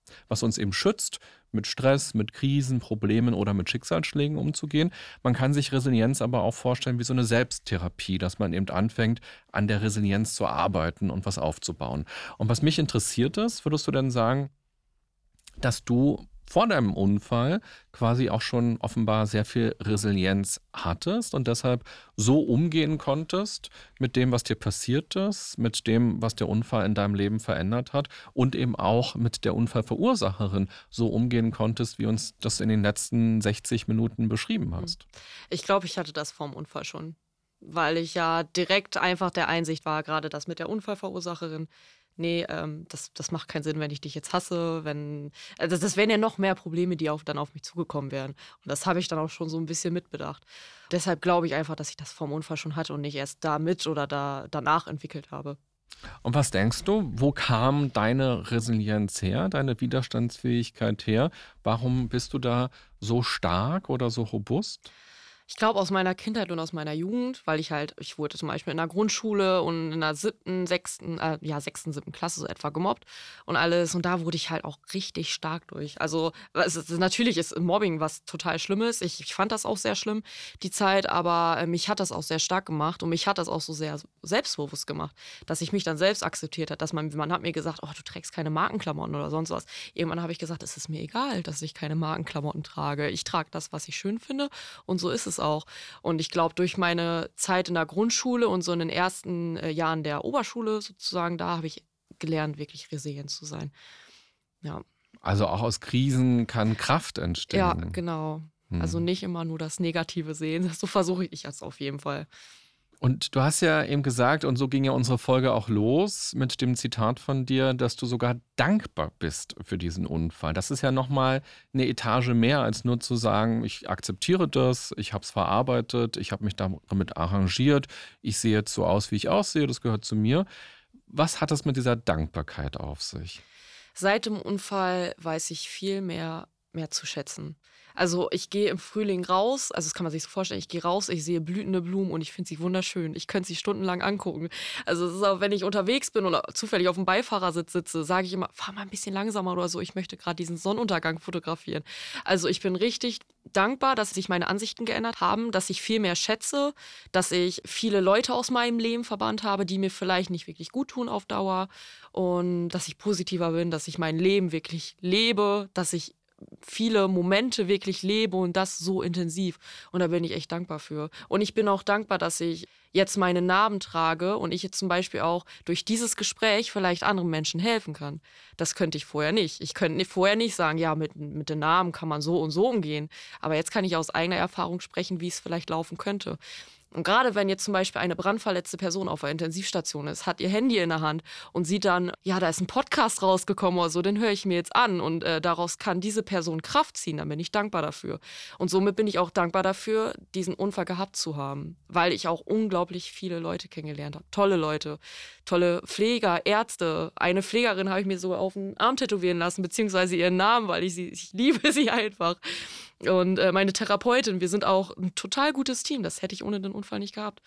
was uns eben schützt, mit Stress, mit Krisen, Problemen oder mit Schicksalsschlägen umzugehen. Man kann sich Resilienz aber auch vorstellen wie so eine Selbsttherapie, dass man eben anfängt, an der Resilienz zu arbeiten und was aufzubauen. Und was mich interessiert ist, würdest du denn sagen, dass du vor deinem Unfall quasi auch schon offenbar sehr viel Resilienz hattest und deshalb so umgehen konntest mit dem, was dir passiert ist, mit dem, was der Unfall in deinem Leben verändert hat und eben auch mit der Unfallverursacherin so umgehen konntest, wie uns das in den letzten 60 Minuten beschrieben hast. Ich glaube, ich hatte das vorm Unfall schon, weil ich ja direkt einfach der Einsicht war, gerade das mit der Unfallverursacherin. Nee, das macht keinen Sinn, wenn ich dich jetzt hasse. Das wären ja noch mehr Probleme, die dann auf mich zugekommen wären. Und das habe ich dann auch schon so ein bisschen mitbedacht. Deshalb glaube ich einfach, dass ich das vorm Unfall schon hatte und nicht erst damit oder danach entwickelt habe. Und was denkst du, wo kam deine Resilienz her, deine Widerstandsfähigkeit her? Warum bist du da so stark oder so robust? Ich glaube aus meiner Kindheit und aus meiner Jugend, weil ich wurde zum Beispiel in der Grundschule und in der 7. Klasse so etwa gemobbt und alles. Und da wurde ich halt auch richtig stark durch. Also natürlich ist Mobbing was total Schlimmes. Ich fand das auch sehr schlimm, die Zeit, aber mich hat das auch sehr stark gemacht und mich hat das auch so sehr selbstbewusst gemacht, dass ich mich dann selbst akzeptiert habe. Man hat mir gesagt, oh, du trägst keine Markenklamotten oder sonst was. Irgendwann habe ich gesagt, es ist mir egal, dass ich keine Markenklamotten trage. Ich trage das, was ich schön finde und so ist es auch. Und ich glaube, durch meine Zeit in der Grundschule und so in den ersten Jahren der Oberschule sozusagen, da habe ich gelernt, wirklich resilient zu sein. Ja. Also auch aus Krisen kann Kraft entstehen. Ja, genau. Also nicht immer nur das Negative sehen. So versuche ich es auf jeden Fall. Und du hast ja eben gesagt, und so ging ja unsere Folge auch los mit dem Zitat von dir, dass du sogar dankbar bist für diesen Unfall. Das ist ja nochmal eine Etage mehr, als nur zu sagen, ich akzeptiere das, ich habe es verarbeitet, ich habe mich damit arrangiert, ich sehe jetzt so aus, wie ich aussehe, das gehört zu mir. Was hat das mit dieser Dankbarkeit auf sich? Seit dem Unfall weiß ich viel mehr zu schätzen. Also ich gehe im Frühling raus, also das kann man sich so vorstellen, ich gehe raus, ich sehe blühende Blumen und ich finde sie wunderschön. Ich könnte sie stundenlang angucken. Also es ist auch, wenn ich unterwegs bin oder zufällig auf dem Beifahrersitz sitze, sage ich immer, fahr mal ein bisschen langsamer oder so, ich möchte gerade diesen Sonnenuntergang fotografieren. Also ich bin richtig dankbar, dass sich meine Ansichten geändert haben, dass ich viel mehr schätze, dass ich viele Leute aus meinem Leben verbannt habe, die mir vielleicht nicht wirklich gut tun auf Dauer und dass ich positiver bin, dass ich mein Leben wirklich lebe, dass ich viele Momente wirklich lebe und das so intensiv. Und da bin ich echt dankbar für. Und ich bin auch dankbar, dass ich jetzt meine Narben trage und ich jetzt zum Beispiel auch durch dieses Gespräch vielleicht anderen Menschen helfen kann. Das könnte ich vorher nicht. Ich könnte vorher nicht sagen, ja, mit den Narben kann man so und so umgehen. Aber jetzt kann ich aus eigener Erfahrung sprechen, wie es vielleicht laufen könnte. Und gerade wenn jetzt zum Beispiel eine brandverletzte Person auf einer Intensivstation ist, hat ihr Handy in der Hand und sieht dann, ja, da ist ein Podcast rausgekommen oder so, den höre ich mir jetzt an und daraus kann diese Person Kraft ziehen, dann bin ich dankbar dafür. Und somit bin ich auch dankbar dafür, diesen Unfall gehabt zu haben, weil ich auch unglaublich viele Leute kennengelernt habe. Tolle Leute, tolle Pfleger, Ärzte. Eine Pflegerin habe ich mir sogar auf den Arm tätowieren lassen, beziehungsweise ihren Namen, weil ich liebe sie einfach. Und meine Therapeutin, wir sind auch ein total gutes Team. Das hätte ich ohne den Unfall nicht gehabt.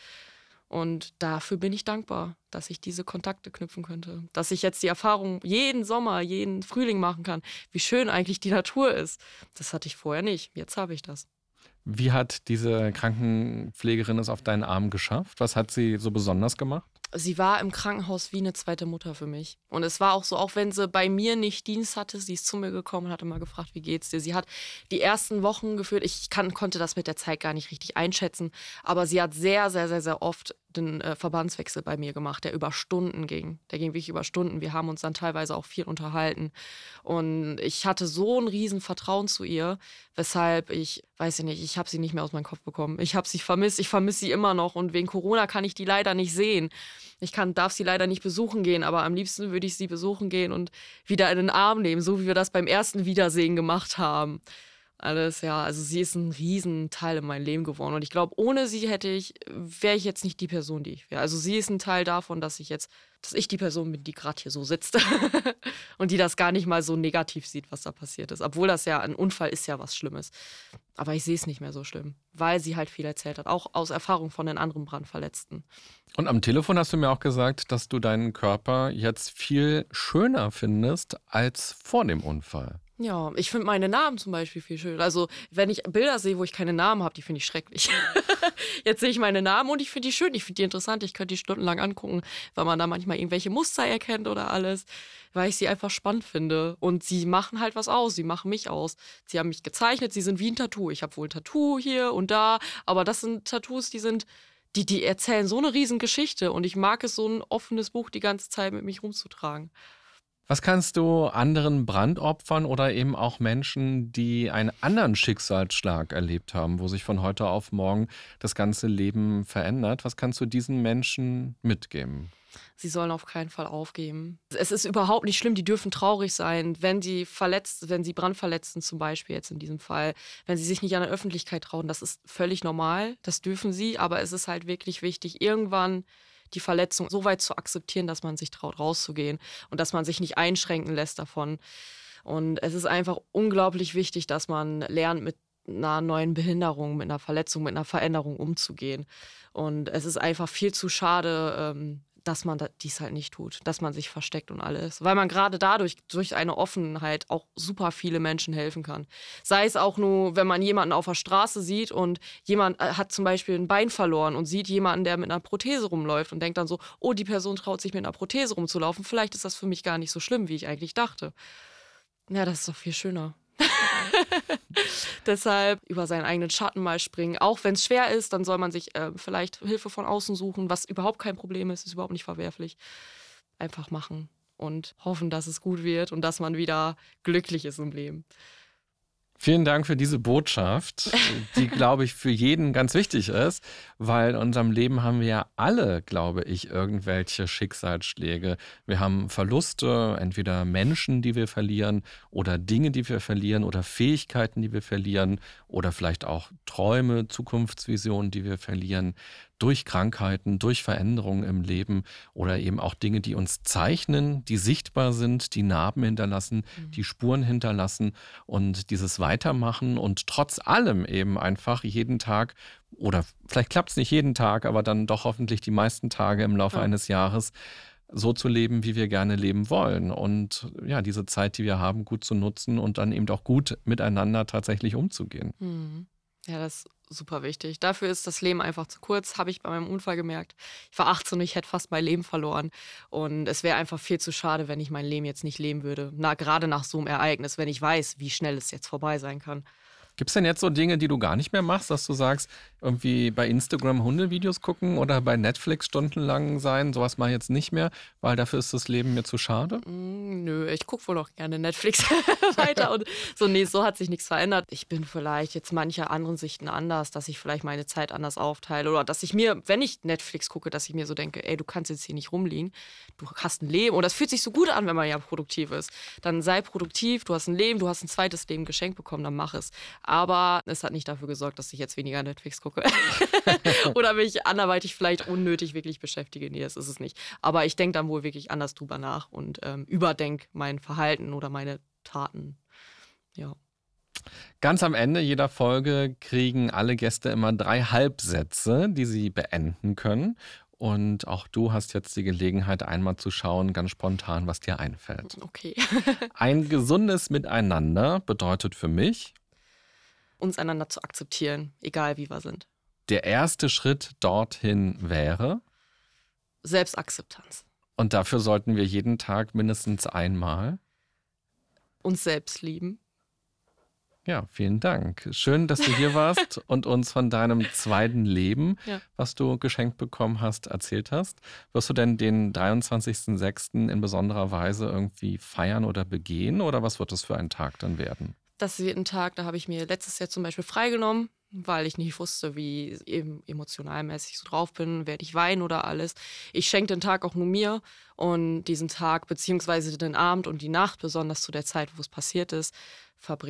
Und dafür bin ich dankbar, dass ich diese Kontakte knüpfen könnte. Dass ich jetzt die Erfahrung jeden Sommer, jeden Frühling machen kann, wie schön eigentlich die Natur ist. Das hatte ich vorher nicht. Jetzt habe ich das. Wie hat diese Krankenpflegerin es auf deinen Arm geschafft? Was hat sie so besonders gemacht? Sie war im Krankenhaus wie eine zweite Mutter für mich. Und es war auch so, auch wenn sie bei mir nicht Dienst hatte, sie ist zu mir gekommen und hat immer gefragt, wie geht's dir? Sie hat die ersten Wochen geführt, konnte das mit der Zeit gar nicht richtig einschätzen, aber sie hat sehr, sehr, sehr, sehr oft den Verbandswechsel bei mir gemacht, der über Stunden ging. Der ging wirklich über Stunden. Wir haben uns dann teilweise auch viel unterhalten. Und ich hatte so ein riesen Vertrauen zu ihr, weshalb ich habe sie nicht mehr aus meinem Kopf bekommen. Ich habe sie vermisst, ich vermisse sie immer noch und wegen Corona kann ich die leider nicht sehen. Darf sie leider nicht besuchen gehen, aber am liebsten würde ich sie besuchen gehen und wieder in den Arm nehmen, so wie wir das beim ersten Wiedersehen gemacht haben. alles, ja. Also sie ist ein Riesenteil in meinem Leben geworden. Und ich glaube, ohne sie wäre ich jetzt nicht die Person, die ich wäre. Also sie ist ein Teil davon, dass ich die Person bin, die gerade hier so sitzt. Und die das gar nicht mal so negativ sieht, was da passiert ist. Obwohl das ja, ein Unfall ist ja was Schlimmes. Aber ich sehe es nicht mehr so schlimm, weil sie halt viel erzählt hat. Auch aus Erfahrung von den anderen Brandverletzten. Und am Telefon hast du mir auch gesagt, dass du deinen Körper jetzt viel schöner findest als vor dem Unfall. Ja, ich finde meine Namen zum Beispiel viel schöner. Also, wenn ich Bilder sehe, wo ich keine Namen habe, die finde ich schrecklich. Jetzt sehe ich meine Namen und ich finde die schön, ich finde die interessant. Ich könnte die stundenlang angucken, weil man da manchmal irgendwelche Muster erkennt oder alles, weil ich sie einfach spannend finde. Und sie machen halt was aus, sie machen mich aus. Sie haben mich gezeichnet, sie sind wie ein Tattoo. Ich habe wohl ein Tattoo hier und da, aber das sind Tattoos, die erzählen so eine riesen Geschichte. Und ich mag es, so ein offenes Buch die ganze Zeit mit mich rumzutragen. Was kannst du anderen Brandopfern oder eben auch Menschen, die einen anderen Schicksalsschlag erlebt haben, wo sich von heute auf morgen das ganze Leben verändert, was kannst du diesen Menschen mitgeben? Sie sollen auf keinen Fall aufgeben. Es ist überhaupt nicht schlimm, die dürfen traurig sein, wenn sie Brandverletzten zum Beispiel jetzt in diesem Fall, wenn sie sich nicht an der Öffentlichkeit trauen, das ist völlig normal, das dürfen sie, aber es ist halt wirklich wichtig, irgendwann die Verletzung so weit zu akzeptieren, dass man sich traut, rauszugehen und dass man sich nicht einschränken lässt davon. Und es ist einfach unglaublich wichtig, dass man lernt, mit einer neuen Behinderung, mit einer Verletzung, mit einer Veränderung umzugehen. Und es ist einfach viel zu schade, dass man dies halt nicht tut, dass man sich versteckt und alles. Weil man gerade dadurch, durch eine Offenheit, auch super viele Menschen helfen kann. Sei es auch nur, wenn man jemanden auf der Straße sieht und jemand hat zum Beispiel ein Bein verloren und sieht jemanden, der mit einer Prothese rumläuft und denkt dann so, oh, die Person traut sich mit einer Prothese rumzulaufen, vielleicht ist das für mich gar nicht so schlimm, wie ich eigentlich dachte. Ja, das ist doch viel schöner. Deshalb über seinen eigenen Schatten mal springen. Auch wenn es schwer ist, dann soll man sich vielleicht Hilfe von außen suchen, was überhaupt kein Problem ist überhaupt nicht verwerflich. Einfach machen und hoffen, dass es gut wird und dass man wieder glücklich ist im Leben. Vielen Dank für diese Botschaft, die, glaube ich, für jeden ganz wichtig ist, weil in unserem Leben haben wir ja alle, glaube ich, irgendwelche Schicksalsschläge. Wir haben Verluste, entweder Menschen, die wir verlieren oder Dinge, die wir verlieren oder Fähigkeiten, die wir verlieren oder vielleicht auch Träume, Zukunftsvisionen, die wir verlieren. Durch Krankheiten, durch Veränderungen im Leben oder eben auch Dinge, die uns zeichnen, die sichtbar sind, die Narben hinterlassen, die Spuren hinterlassen und dieses Weitermachen und trotz allem eben einfach jeden Tag oder vielleicht klappt es nicht jeden Tag, aber dann doch hoffentlich die meisten Tage im Laufe eines Jahres so zu leben, wie wir gerne leben wollen und ja, diese Zeit, die wir haben, gut zu nutzen und dann eben auch gut miteinander tatsächlich umzugehen. Ja, das ist super wichtig. Dafür ist das Leben einfach zu kurz, habe ich bei meinem Unfall gemerkt. Ich war 18 und ich hätte fast mein Leben verloren. Und es wäre einfach viel zu schade, wenn ich mein Leben jetzt nicht leben würde. Gerade nach so einem Ereignis, wenn ich weiß, wie schnell es jetzt vorbei sein kann. Gibt es denn jetzt so Dinge, die du gar nicht mehr machst, dass du sagst, irgendwie bei Instagram Hundevideos gucken oder bei Netflix stundenlang sein? Sowas mache ich jetzt nicht mehr, weil dafür ist das Leben mir zu schade? Nö, ich gucke wohl auch gerne Netflix weiter. Und so hat sich nichts verändert. Ich bin vielleicht jetzt mancher anderen Sichten anders, dass ich vielleicht meine Zeit anders aufteile. Oder dass ich mir, wenn ich Netflix gucke, dass ich mir so denke, ey, du kannst jetzt hier nicht rumliegen. Du hast ein Leben. Und das fühlt sich so gut an, wenn man ja produktiv ist. Dann sei produktiv, du hast ein Leben, du hast ein zweites Leben geschenkt bekommen, dann mach es. Aber es hat nicht dafür gesorgt, dass ich jetzt weniger Netflix gucke. Oder mich anderweitig vielleicht unnötig wirklich beschäftige. Nee, das ist es nicht. Aber ich denke dann wohl wirklich anders drüber nach und überdenke mein Verhalten oder meine Taten. Ja. Ganz am Ende jeder Folge kriegen alle Gäste immer 3 Halbsätze, die sie beenden können. Und auch du hast jetzt die Gelegenheit, einmal zu schauen, ganz spontan, was dir einfällt. Okay. Ein gesundes Miteinander bedeutet für mich, uns einander zu akzeptieren, egal wie wir sind. der erste Schritt dorthin wäre. Selbstakzeptanz. Und dafür sollten wir jeden Tag mindestens einmal. Uns selbst lieben. Ja, vielen Dank. Schön, dass du hier warst und uns von deinem zweiten Leben, was du geschenkt bekommen hast, erzählt hast. Wirst du denn den 23.06. in besonderer Weise irgendwie feiern oder begehen? Oder was wird es für ein Tag dann werden? Das wird ein Tag, da habe ich mir letztes Jahr zum Beispiel freigenommen, weil ich nicht wusste, wie eben emotionalmäßig so drauf bin, werde ich weinen oder alles. Ich schenke den Tag auch nur mir und diesen Tag beziehungsweise den Abend und die Nacht, besonders zu der Zeit, wo es passiert ist, habe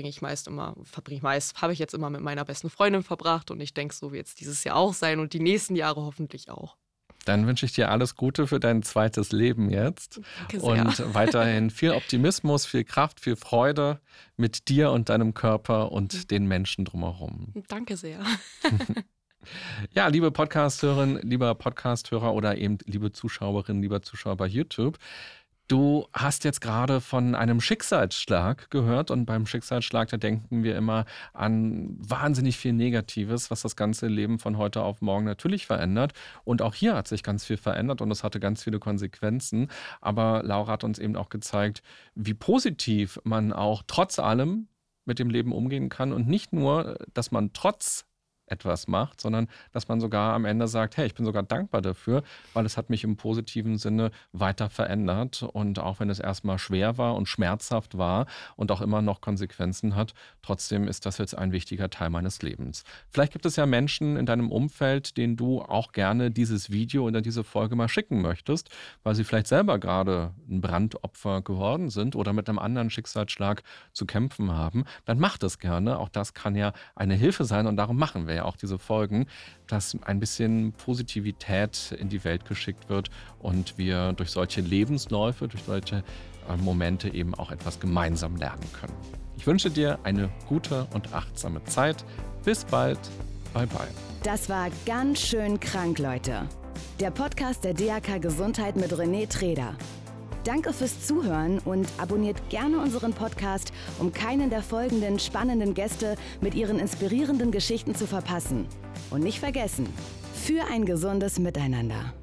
ich jetzt immer mit meiner besten Freundin verbracht und ich denke, so wird es dieses Jahr auch sein und die nächsten Jahre hoffentlich auch. Dann wünsche ich dir alles Gute für dein zweites Leben jetzt. Danke sehr. Und weiterhin viel Optimismus, viel Kraft, viel Freude mit dir und deinem Körper und den Menschen drumherum. Danke sehr. Ja, liebe Podcast-Hörerin, lieber Podcast-Hörer oder eben liebe Zuschauerinnen, lieber Zuschauer bei YouTube, du hast jetzt gerade von einem Schicksalsschlag gehört und beim Schicksalsschlag, da denken wir immer an wahnsinnig viel Negatives, was das ganze Leben von heute auf morgen natürlich verändert. Und auch hier hat sich ganz viel verändert und es hatte ganz viele Konsequenzen. Aber Laura hat uns eben auch gezeigt, wie positiv man auch trotz allem mit dem Leben umgehen kann und nicht nur, dass man trotz etwas macht, sondern dass man sogar am Ende sagt, hey, ich bin sogar dankbar dafür, weil es hat mich im positiven Sinne weiter verändert und auch wenn es erstmal schwer war und schmerzhaft war und auch immer noch Konsequenzen hat, trotzdem ist das jetzt ein wichtiger Teil meines Lebens. Vielleicht gibt es ja Menschen in deinem Umfeld, denen du auch gerne dieses Video oder diese Folge mal schicken möchtest, weil sie vielleicht selber gerade ein Brandopfer geworden sind oder mit einem anderen Schicksalsschlag zu kämpfen haben, dann mach das gerne. Auch das kann ja eine Hilfe sein und darum machen wir ja auch diese Folgen, dass ein bisschen Positivität in die Welt geschickt wird und wir durch solche Lebensläufe, durch solche Momente eben auch etwas gemeinsam lernen können. Ich wünsche dir eine gute und achtsame Zeit. Bis bald. Bye bye. Das war ganz schön krank, Leute. Der Podcast der DAK Gesundheit mit René Treder. Danke fürs Zuhören und abonniert gerne unseren Podcast, um keinen der folgenden spannenden Gäste mit ihren inspirierenden Geschichten zu verpassen. Und nicht vergessen, für ein gesundes Miteinander.